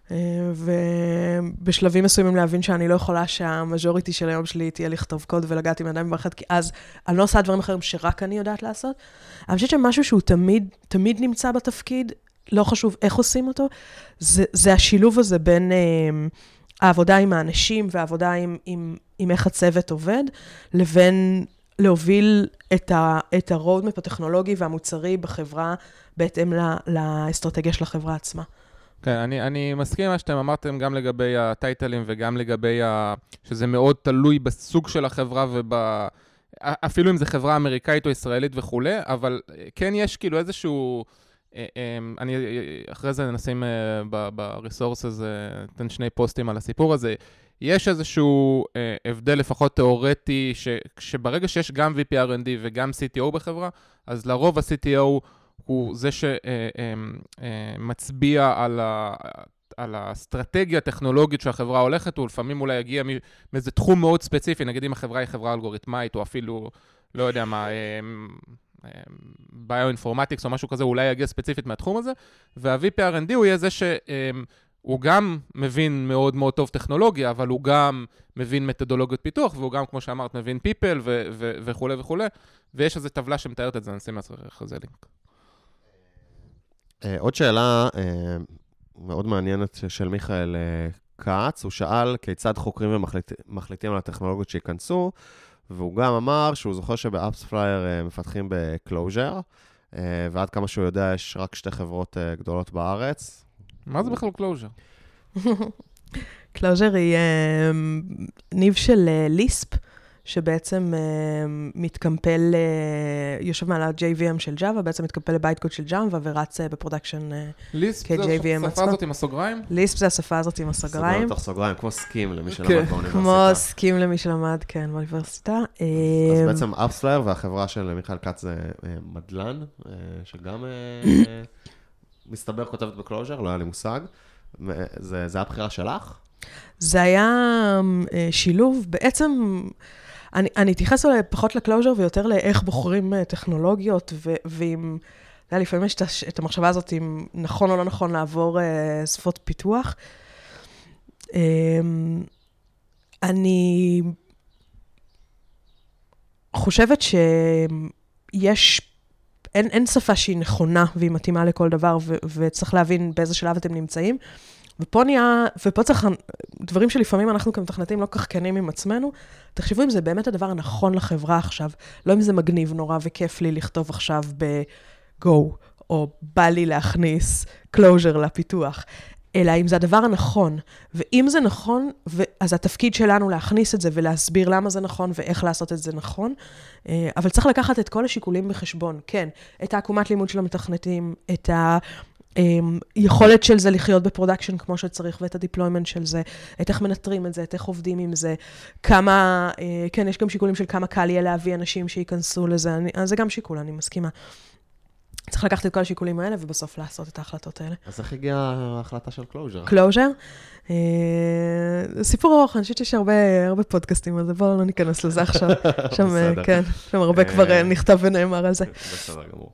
ובשלבים מסוימים להבין שאני לא יכולה שהמז'וריטי של היום שלי תהיה לכתוב קוד ולגעת עם ידיים במערכת, כי אז אני לא עושה דברים אחרים שרק אני יודעת לעשות. אני חושבת שמשהו שהוא תמיד נמצא בתפקיד, לא חשוב איך עושים אותו, זה השילוב הזה בין העבודה עם האנשים והעבודה עם איך הצוות עובד, לבין להוביל את הרודמפ הטכנולוגי והמוצרי בחברה, בהתאם לאסטרטגיה של החברה עצמה. כן, אני מסכים מה שאתם אמרתם גם לגבי הטייטלים וגם לגבי שזה מאוד תלוי בסוג של החברה אפילו אם זה חברה אמריקאית או ישראלית וכו', אבל כן יש כאילו איזשהו... אני אחרי זה נשים בריסורסס, אתן 2 פוסטים על הסיפור הזה. יש איזשהו הבדל לפחות תיאורטי, שברגע שיש גם VP R&D וגם CTO בחברה, אז לרוב ה-CTO הוא זה שמצביע על האסטרטגיה הטכנולוגית שהחברה הולכת, הוא לפעמים אולי יגיע מאיזה תחום מאוד ספציפי, נגיד אם החברה היא חברה אלגוריתמית, או אפילו, לא יודע מה, ביואינפורמטיקס או משהו כזה, אולי יגיע ספציפית מהתחום הזה, וה-VP R&D הוא יהיה זה שהוא גם מבין מאוד מאוד טוב טכנולוגיה, אבל הוא גם מבין מתודולוגיות פיתוח, והוא גם, כמו שאמרת, מבין people וכו' וכו', ויש איזו טבלה שמתארת את זה, נשים אחרי זה לינק. עוד שאלה מאוד מעניינת של מיכאל קאץ, הוא שאל כיצד חוקרים ומחליטים על הטכנולוגיות שיכנסו, והוא גם אמר שהוא זוכר שבאפספלייר מפתחים בקלוז'ר, ועד כמה שהוא יודע יש רק 2 חברות גדולות בארץ. מה זה בכלל קלוז'ר? קלוז'ר היא ניב של ליספ, שבעצם מתקמפל, יושב מעל ה-JVM של Java, בעצם מתקמפל לבייטקוד של Java ורץ בפרודקשן כ-JVM עצמו. ליספ זה השפה הזאת עם הסוגריים? ליספ זה השפה הזאת עם הסוגריים. סוגריים תוך סוגריים, כמו סקים למי שלמד באוניברסיטה. כמו סקים למי שלמד, כן, באוניברסיטה. אז בעצם אפספלייר והחברה של מיכאל קאץ זה מדלן, שגם מסתבר כותבת בקלוז'ר, לא היה לי מושג. זה היה בחירה שלך? זה היה שילוב, בעצם... אני אתייחס אולי פחות לקלוז'ר ויותר לאיך בוחרים טכנולוגיות, ואם, לפעמים יש את המחשבה הזאת, אם נכון או לא נכון לעבור שפות פיתוח. אני חושבת שיש, אין שפה שהיא נכונה והיא מתאימה לכל דבר, וצריך להבין באיזה שלב אתם נמצאים. ופה צריך, דברים שלפעמים אנחנו כמתכנתים לא כך כנים עם עצמנו, תחשבו אם זה באמת הדבר הנכון לחברה עכשיו, לא אם זה מגניב נורא וכיף לי לכתוב עכשיו ב-Go, או בא לי להכניס closure לפיתוח, אלא אם זה הדבר הנכון. ואם זה נכון, אז התפקיד שלנו להכניס את זה ולהסביר למה זה נכון ואיך לעשות את זה נכון. אבל צריך לקחת את כל השיקולים בחשבון. כן, את העקומת לימוד של המתכנתים, את היכולת של זה לחיות בפרודקשן כמו שצריך, ואת הדיפלוימנט של זה, את איך מנטרים את זה, את איך עובדים עם זה, כמה, כן, יש גם שיקולים של כמה קל יהיה להביא אנשים שייכנסו לזה, אז זה גם שיקול, אני מסכימה. צריך לקחת את כל השיקולים האלה, ובסוף לעשות את ההחלטות האלה. אז איך הגיעה ההחלטה של closure? closure? סיפור ארוך, אני חושבת שיש הרבה פודקאסטים על זה, בואו לא ניכנס לזה עכשיו. שם, כן, שם הרבה כבר נכתב ונאמר על זה. בסדר גמור.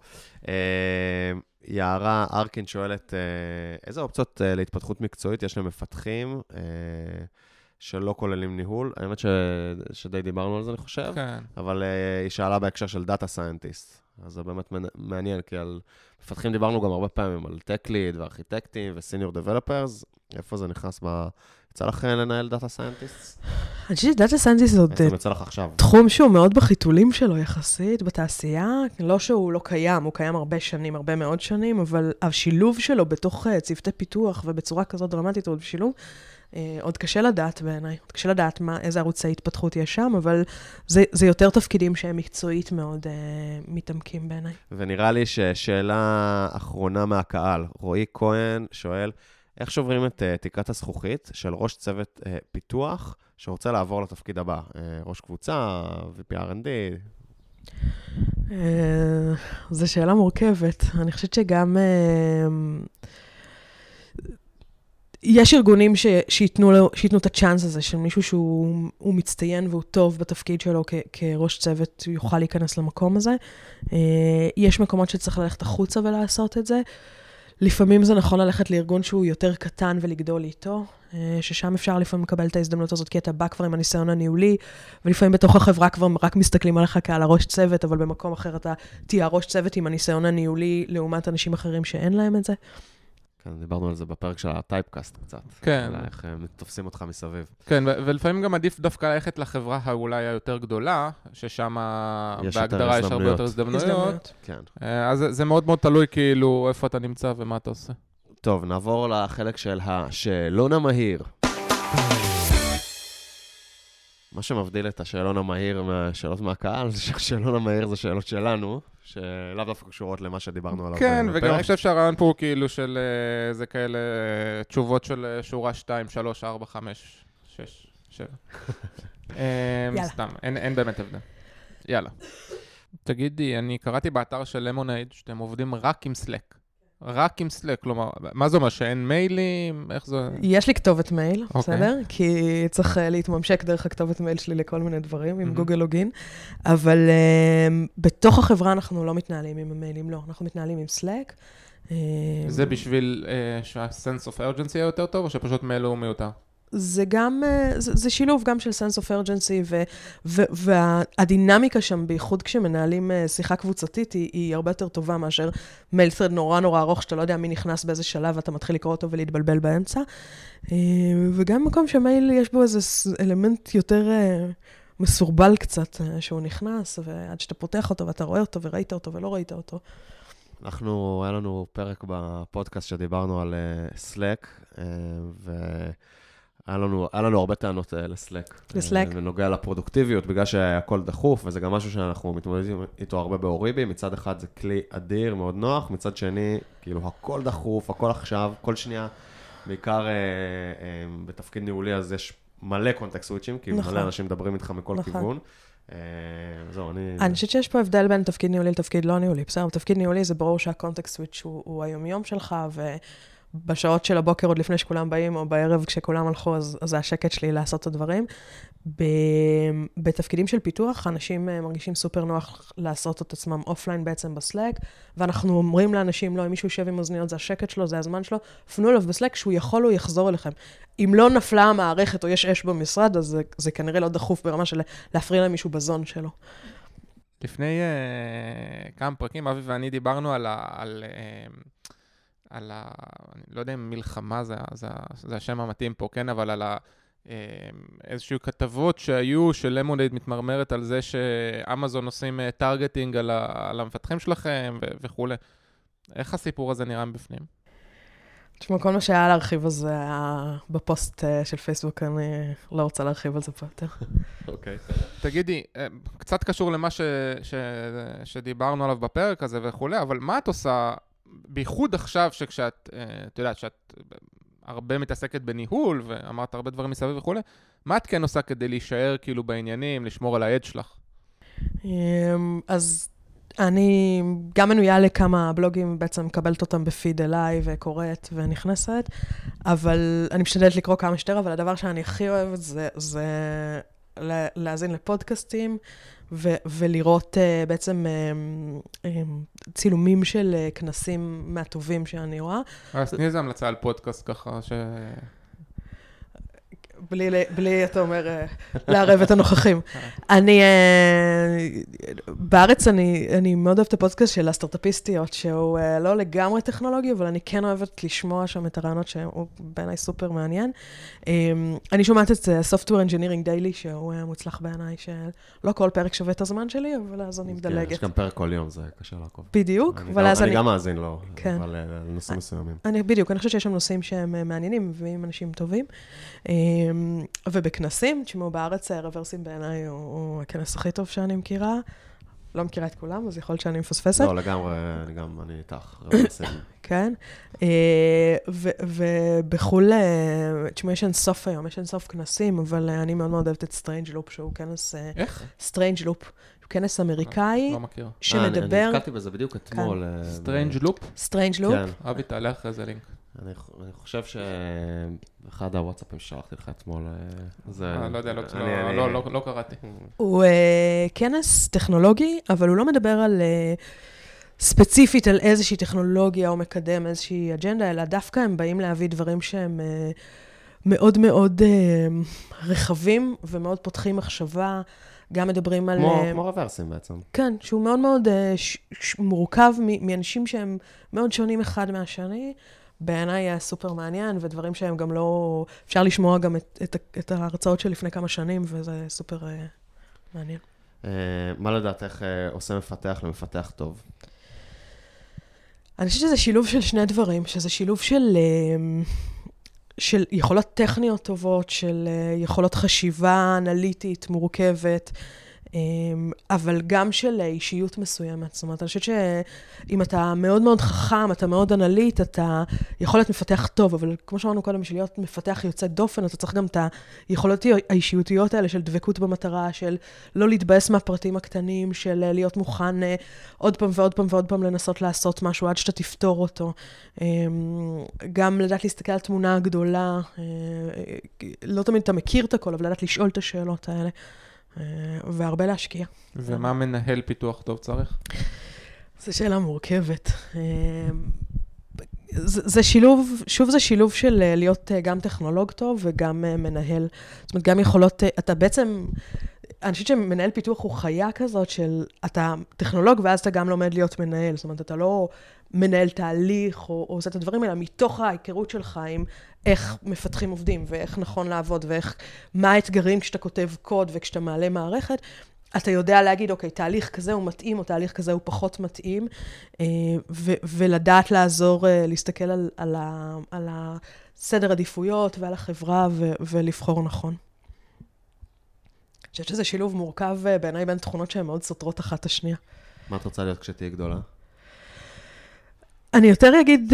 יערה ארקין שואלת, איזה אופציות להתפתחות מקצועית יש למפתחים שלא כוללים ניהול? האמת שדי דיברנו על זה, אני חושב, אבל היא שאלה בהקשר של דאטה סיינטיסט. אז זה באמת מעניין, כי על מפתחים דיברנו גם הרבה פעמים על טק ליד וארכיטקטים וסיניור דבלופרס. איפה זה נכנס יצא לך לנהל דאטה סיינטיסט? אני חושבת שדאטה סיינטיסט זה עוד תחום שהוא מאוד בחיתולים שלו יחסית בתעשייה. לא שהוא לא קיים, הוא קיים הרבה שנים, הרבה מאוד שנים, אבל השילוב שלו בתוך צוותי פיתוח ובצורה כזאת דרמטית עוד בשילוב, עוד קשה לדעת בעיניי, עוד קשה לדעת איזה ערוצי התפתחות יש שם, אבל זה יותר תפקידים שהם מקצועית מאוד מתעמקים בעיניי. ונראה לי ששאלה אחרונה מהקהל, רועי כהן שואל, איך שוברים את תקרת הזכוכית של ראש צוות פיתוח שרוצה לעבור לתפקיד הבא? ראש קבוצה, VP R&D? זו שאלה מורכבת. אני חושבת שגם יש ארגונים שיתנו את הצ'אנס הזה של מישהו שהוא מצטיין והוא טוב בתפקיד שלו כראש צוות, הוא יוכל להיכנס למקום הזה. יש מקומות שצריך ללכת החוצה ולעשות את זה. לפעמים זה נכון ללכת לארגון שהוא יותר קטן ולגדול איתו, ששם אפשר לפעמים לקבל את ההזדמנות הזאת, כי אתה בא כבר עם הניסיון הניהולי, ולפעמים בתוך החברה כבר רק מסתכלים עליך כעל הראש צוות, אבל במקום אחר אתה תהיה הראש צוות עם הניסיון הניהולי, לעומת אנשים אחרים שאין להם את זה. כן, דיברנו על זה בפרק של הטייפקאסט קצת. כן. איך תופסים אותך מסביב. כן, ולפעמים גם עדיף דווקא ללכת לחברה אולי היותר גדולה, ששם בהגדרה יש הרבה יותר הזדמנויות. כן. אז זה מאוד מאוד תלוי כאילו איפה אתה נמצא ומה אתה עושה. טוב, נעבור לחלק של השאלון המהיר. מה שמבדיל את השאלון המהיר מהשאלות מהקהל, זה שהשאלון המהיר זה שאלות שלנו, שלאו דווקא קשורות למה שדיברנו עליו. כן, וגם אני חושב שהרעיון פה הוא כאילו של, זה כאלה תשובות של שורה 2, 3, 4, 5, 6, 7. סתם, אין באמת הבדל. יאללה. תגידי, אני קראתי באתר של למונייד, שאתם עובדים רק עם סלק. רק עם סלק, כלומר, מה זה אומר, שאין מיילים? איך זה? יש לי כתובת מייל, בסדר? כי צריך להתממשק דרך הכתובת מייל שלי לכל מיני דברים, עם גוגל לוגין, אבל בתוך החברה אנחנו לא מתנהלים עם המיילים, לא, אנחנו מתנהלים עם סלק. זה בשביל שה-sense of urgency יהיה יותר טוב, או שפשוט מייל הוא מיותר? זה גם, זה שילוב גם של sense of urgency, והדינמיקה שם, בייחוד כשמנהלים שיחה קבוצתית, היא הרבה יותר טובה מאשר מייל thread נורא ארוך, שאתה לא יודע מי נכנס באיזה שלב, ואתה מתחיל לקרוא אותו ולהתבלבל באמצע. וגם מקום שמייל יש בו איזה אלמנט יותר מסורבל קצת, שהוא נכנס, ועד שאתה פותח אותו, ואתה רואה אותו, וראית אותו, ולא ראית אותו. היה לנו פרק בפודקאסט שדיברנו על Slack, היה לנו הרבה טענות לסלק. ונוגע לפרודוקטיביות, בגלל שהכל דחוף, וזה גם משהו שאנחנו מתמודדים איתו הרבה באוריבי. מצד אחד זה כלי אדיר, מאוד נוח, מצד שני, כאילו הכל דחוף, הכל עכשיו, כל שנייה, בעיקר בתפקיד ניהולי, אז יש מלא קונטקסט סוויצ'ים, כי מלא אנשים מדברים איתך מכל כיוון. אני חושבת שיש פה הבדל בין תפקיד ניהולי לתפקיד לא ניהולי. בסדר, בתפקיד ניהולי זה ברור שהקונטקסט סוויץ' הוא היומיום שלך, בשעות של הבוקר עוד לפני שכולם באים, או בערב כשכולם הלכו, אז זה השקט שלי לעשות את הדברים. בתפקידים של פיתוח, אנשים מרגישים סופר נוח לעשות את עצמם אופליין בעצם בסלק, ואנחנו אומרים לאנשים, לא, אם מישהו יושב עם אוזניות, זה השקט שלו, זה הזמן שלו, פנו אליו בסלק, שהוא יכול, הוא יחזור אליכם. אם לא נפלה המערכת או יש אש במשרד, אז זה כנראה לא דחוף ברמה של להפריע למישהו בזון שלו. לפני כמה פרקים, אבי ואני דיברנו אני לא יודע אם מלחמה זה השם המתאים פה, כן, אבל על איזשהו כתבות שהיו של למונייד מתמרמרת על זה שאמזון עושים טרגטינג על המפתחים שלכם וכו'. איך הסיפור הזה נראה מבפנים? תשמע, כל מה שהיה להרחיב על זה היה בפוסט של פייסבוק, אני לא רוצה להרחיב על זה פה יותר. אוקיי. תגידי, קצת קשור למה שדיברנו עליו בפרק הזה וכו', אבל מה את עושה, בייחוד עכשיו שכשאת, את יודעת, שאת הרבה מתעסקת בניהול, ואמרת הרבה דברים מסביב וכו', מה את כן עושה כדי להישאר כאילו בעניינים, לשמור על העד שלך? אז אני גם מנויה לכמה בלוגים, בעצם מקבלת אותם בפיד אליי וקוראת ונכנסת, אבל אני משתדלת לקרוא כמה שיותר, אבל הדבר שאני הכי אוהבת זה להאזין לפודקאסטים ולראות בעצם צילומים של כנסים מהטובים שאני רואה. אז תני איזה המלצה על פודקאסט ככה ש... בלי, אתה אומר, לערב את הנוכחים. אני, בארץ אני מאוד אוהבת את הפודקאסט של הסטארט-אפיסטיות, שהוא לא לגמרי טכנולוגי, אבל אני כן אוהבת לשמוע שם את הרעיונות שהוא בעיניי סופר מעניין. אני שומעת את Software Engineering Daily, שהוא מוצלח בעיניי, שלא כל פרק שווה את הזמן שלי, אבל אז אני מדלגת. יש גם פרק כל יום, זה קשה לעקוב. בדיוק, אבל אז אני גם מאזין לו, אבל נושאים מסוימים. בדיוק, אני חושבת שיש שם נושאים שהם מעניינים, ועם אנשים טובים. ובכנסים, תשמעו, בארץ רוורסים בעיניי הוא הכנס הכי טוב שאני מכירה. לא מכירה את כולם, אז יכול להיות שאני מפספסת. לא, לגמרי, אני איתך, רוורסים. כן. ובחול, תשמעו, יש אינסוף היום, יש אינסוף כנסים, אבל אני מאוד מאוד אוהבת את סטרנג' לופ, שהוא כנס... איך? סטרנג' לופ. הוא כנס אמריקאי. לא מכיר. שמדבר... אני נתקלתי בזה בדיוק אתמול. סטרנג' לופ? סטרנג' לופ. אבי, תעלה אחרי זה לינק. אני חושב שאחד הוואטסאפים ששלחתי לך אתמול, לא יודע, לא קראתי. הוא כנס טכנולוגי, אבל הוא לא מדבר על ספציפית על איזושהי טכנולוגיה או מקדם איזושהי אג'נדה, אלא דווקא הם באים להביא דברים שהם מאוד מאוד רחבים ומאוד פותחים מחשבה, גם מדברים על... כמו רוורסים בעצם. כן, שהוא מאוד מאוד מורכב מאנשים שהם מאוד שונים אחד מהשני, בעיניי היה סופר מעניין, ודברים שהם גם לא... אפשר לשמוע גם את ההרצאות של לפני כמה שנים, וזה סופר מעניין. מה לדעת, איך עושה מפתח למפתח טוב? אני חושבת שזה שילוב של שני דברים, שזה שילוב של יכולות טכניות טובות, של יכולות חשיבה אנליטית מורכבת, אבל גם של אישיות מסוימת. זאת אומרת, אני חושבת שאם אתה מאוד מאוד חכם, אתה מאוד אנליט, אתה יכול להיות מפתח טוב, אבל כמו שאמרנו קודם, בשביל להיות מפתח יוצא דופן, אתה צריך גם את היכולות האישיותיות האלה של דבקות במטרה, של לא להתבאס מהפרטים הקטנים, של להיות מוכן עוד פעם ועוד פעם ועוד פעם לנסות לעשות משהו עד שאתה תפתור אותו. גם לדעת להסתכל על תמונה הגדולה, לא תמיד אתה מכיר את הכל, אבל לדעת לשאול את השאלות האלה. והרבה להשקיע. ומה מנהל פיתוח טוב צריך? זו שאלה מורכבת. זה שילוב, שוב זה שילוב של להיות גם טכנולוג טוב וגם מנהל. זאת אומרת, גם יכולות, אתה בעצם, אני חושבת שמנהל פיתוח הוא חיה כזאת של, אתה טכנולוג ואז אתה גם לומד להיות מנהל. זאת אומרת, אתה לא מנהל תהליך או עושה את הדברים, אלא מתוך ההיכרות שלך עם איך מפתחים עובדים ואיך נכון לעבוד מה האתגרים כשאתה כותב קוד וכשאתה מעלה מערכת, אתה יודע להגיד, אוקיי, תהליך כזה הוא מתאים או תהליך כזה הוא פחות מתאים, ולדעת לעזור, להסתכל על הסדר עדיפויות ועל החברה ולבחור נכון. אני חושבת שזה שילוב מורכב בעיניי בין תכונות שהן מאוד סותרות אחת השנייה. מה את רוצה להיות כשתהיי גדולה? אני יותר אגיד,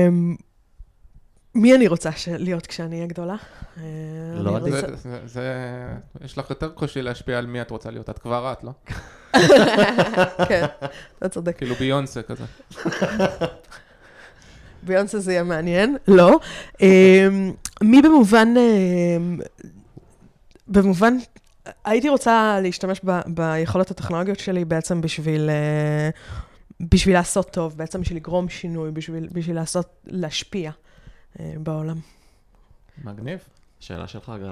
מי אני רוצה להיות כשאני אהיה גדולה? לא עדיף. יש לך יותר קושי להשפיע על מי את רוצה להיות, את כבר את, לא? כן, אתה צודק. כאילו ביונסה כזה. ביונסה זה יהיה מעניין, לא. מי במובן, הייתי רוצה להשתמש ביכולות הטכנולוגיות שלי בעצם בשביל לעשות טוב, בעצם בשביל לגרום שינוי, בשביל להשפיע בעולם. מגניב. שאלה שלך, גל.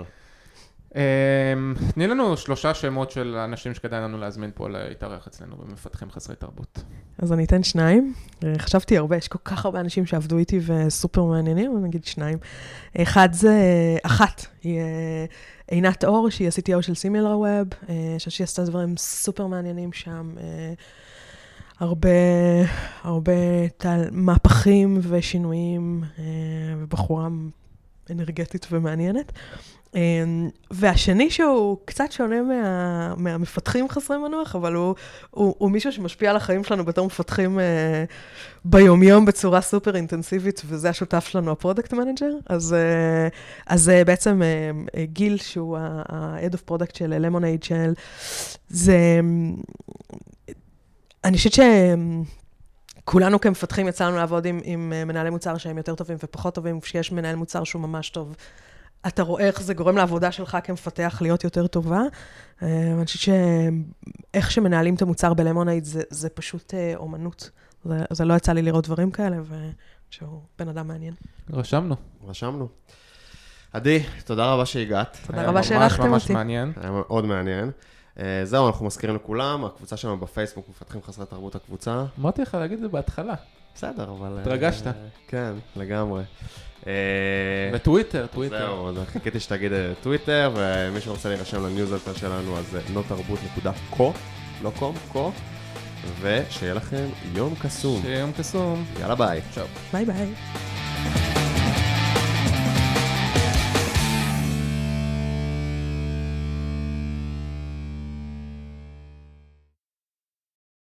תני לנו 3 שמות של אנשים שכדאי לנו להזמין פה להתארח אצלנו במפתחים חסרי תרבות. אז אני אתן 2. חשבתי הרבה, יש כל כך הרבה אנשים שעבדו איתי וסופר מעניינים, אני אגיד 2. אחת היא עינת אור, שהיא ה-CTO של SimilarWeb, שהיא עשתה דברים סופר מעניינים שם. הרבה מהפכים ושינויים, ובחורה אנרגטית ומעניינת. והשני שהוא קצת שונה מהמפתחים חסרי מנוח, אבל הוא מישהו שמשפיע על החיים שלנו בתור מפתחים ביומיום בצורה סופר אינטנסיבית, וזה השותף שלנו, הפרודקט מנג'ר. אז בעצם גיל, שהוא ה-Head of Product של Lemonade של, אני חושבת כולנו כמפתחים יצא לנו לעבוד עם מנהלי מוצר שהם יותר טובים ופחות טובים, כשיש מנהל מוצר שהוא ממש טוב. אתה רואה איך זה גורם לעבודה שלך כמפתח להיות יותר טובה. אני חושבת שאיך שמנהלים את המוצר בלמונייד זה פשוט אומנות. זה לא יצא לי לראות דברים כאלה, ושהוא בן אדם מעניין. רשמנו. עדי, תודה רבה שהגעת. תודה רבה שהרחתם אותי. ממש מעניין. היה מאוד מעניין. זהו, אנחנו מזכירים לכולם, הקבוצה שלנו בפייסבוק, מפתחים חסרי תרבות הקבוצה. אמרתי לך להגיד את זה בהתחלה. בסדר, אבל... התרגשת. כן, לגמרי. וטוויטר. זהו, אז חיכיתי שתגיד טוויטר, ומי שרוצה להירשם לניוזלטר שלנו, אז notarbut.co, לא קום, co, ושיהיה לכם יום קסום. שיהיה יום קסום. יאללה ביי. צ'או. ביי ביי.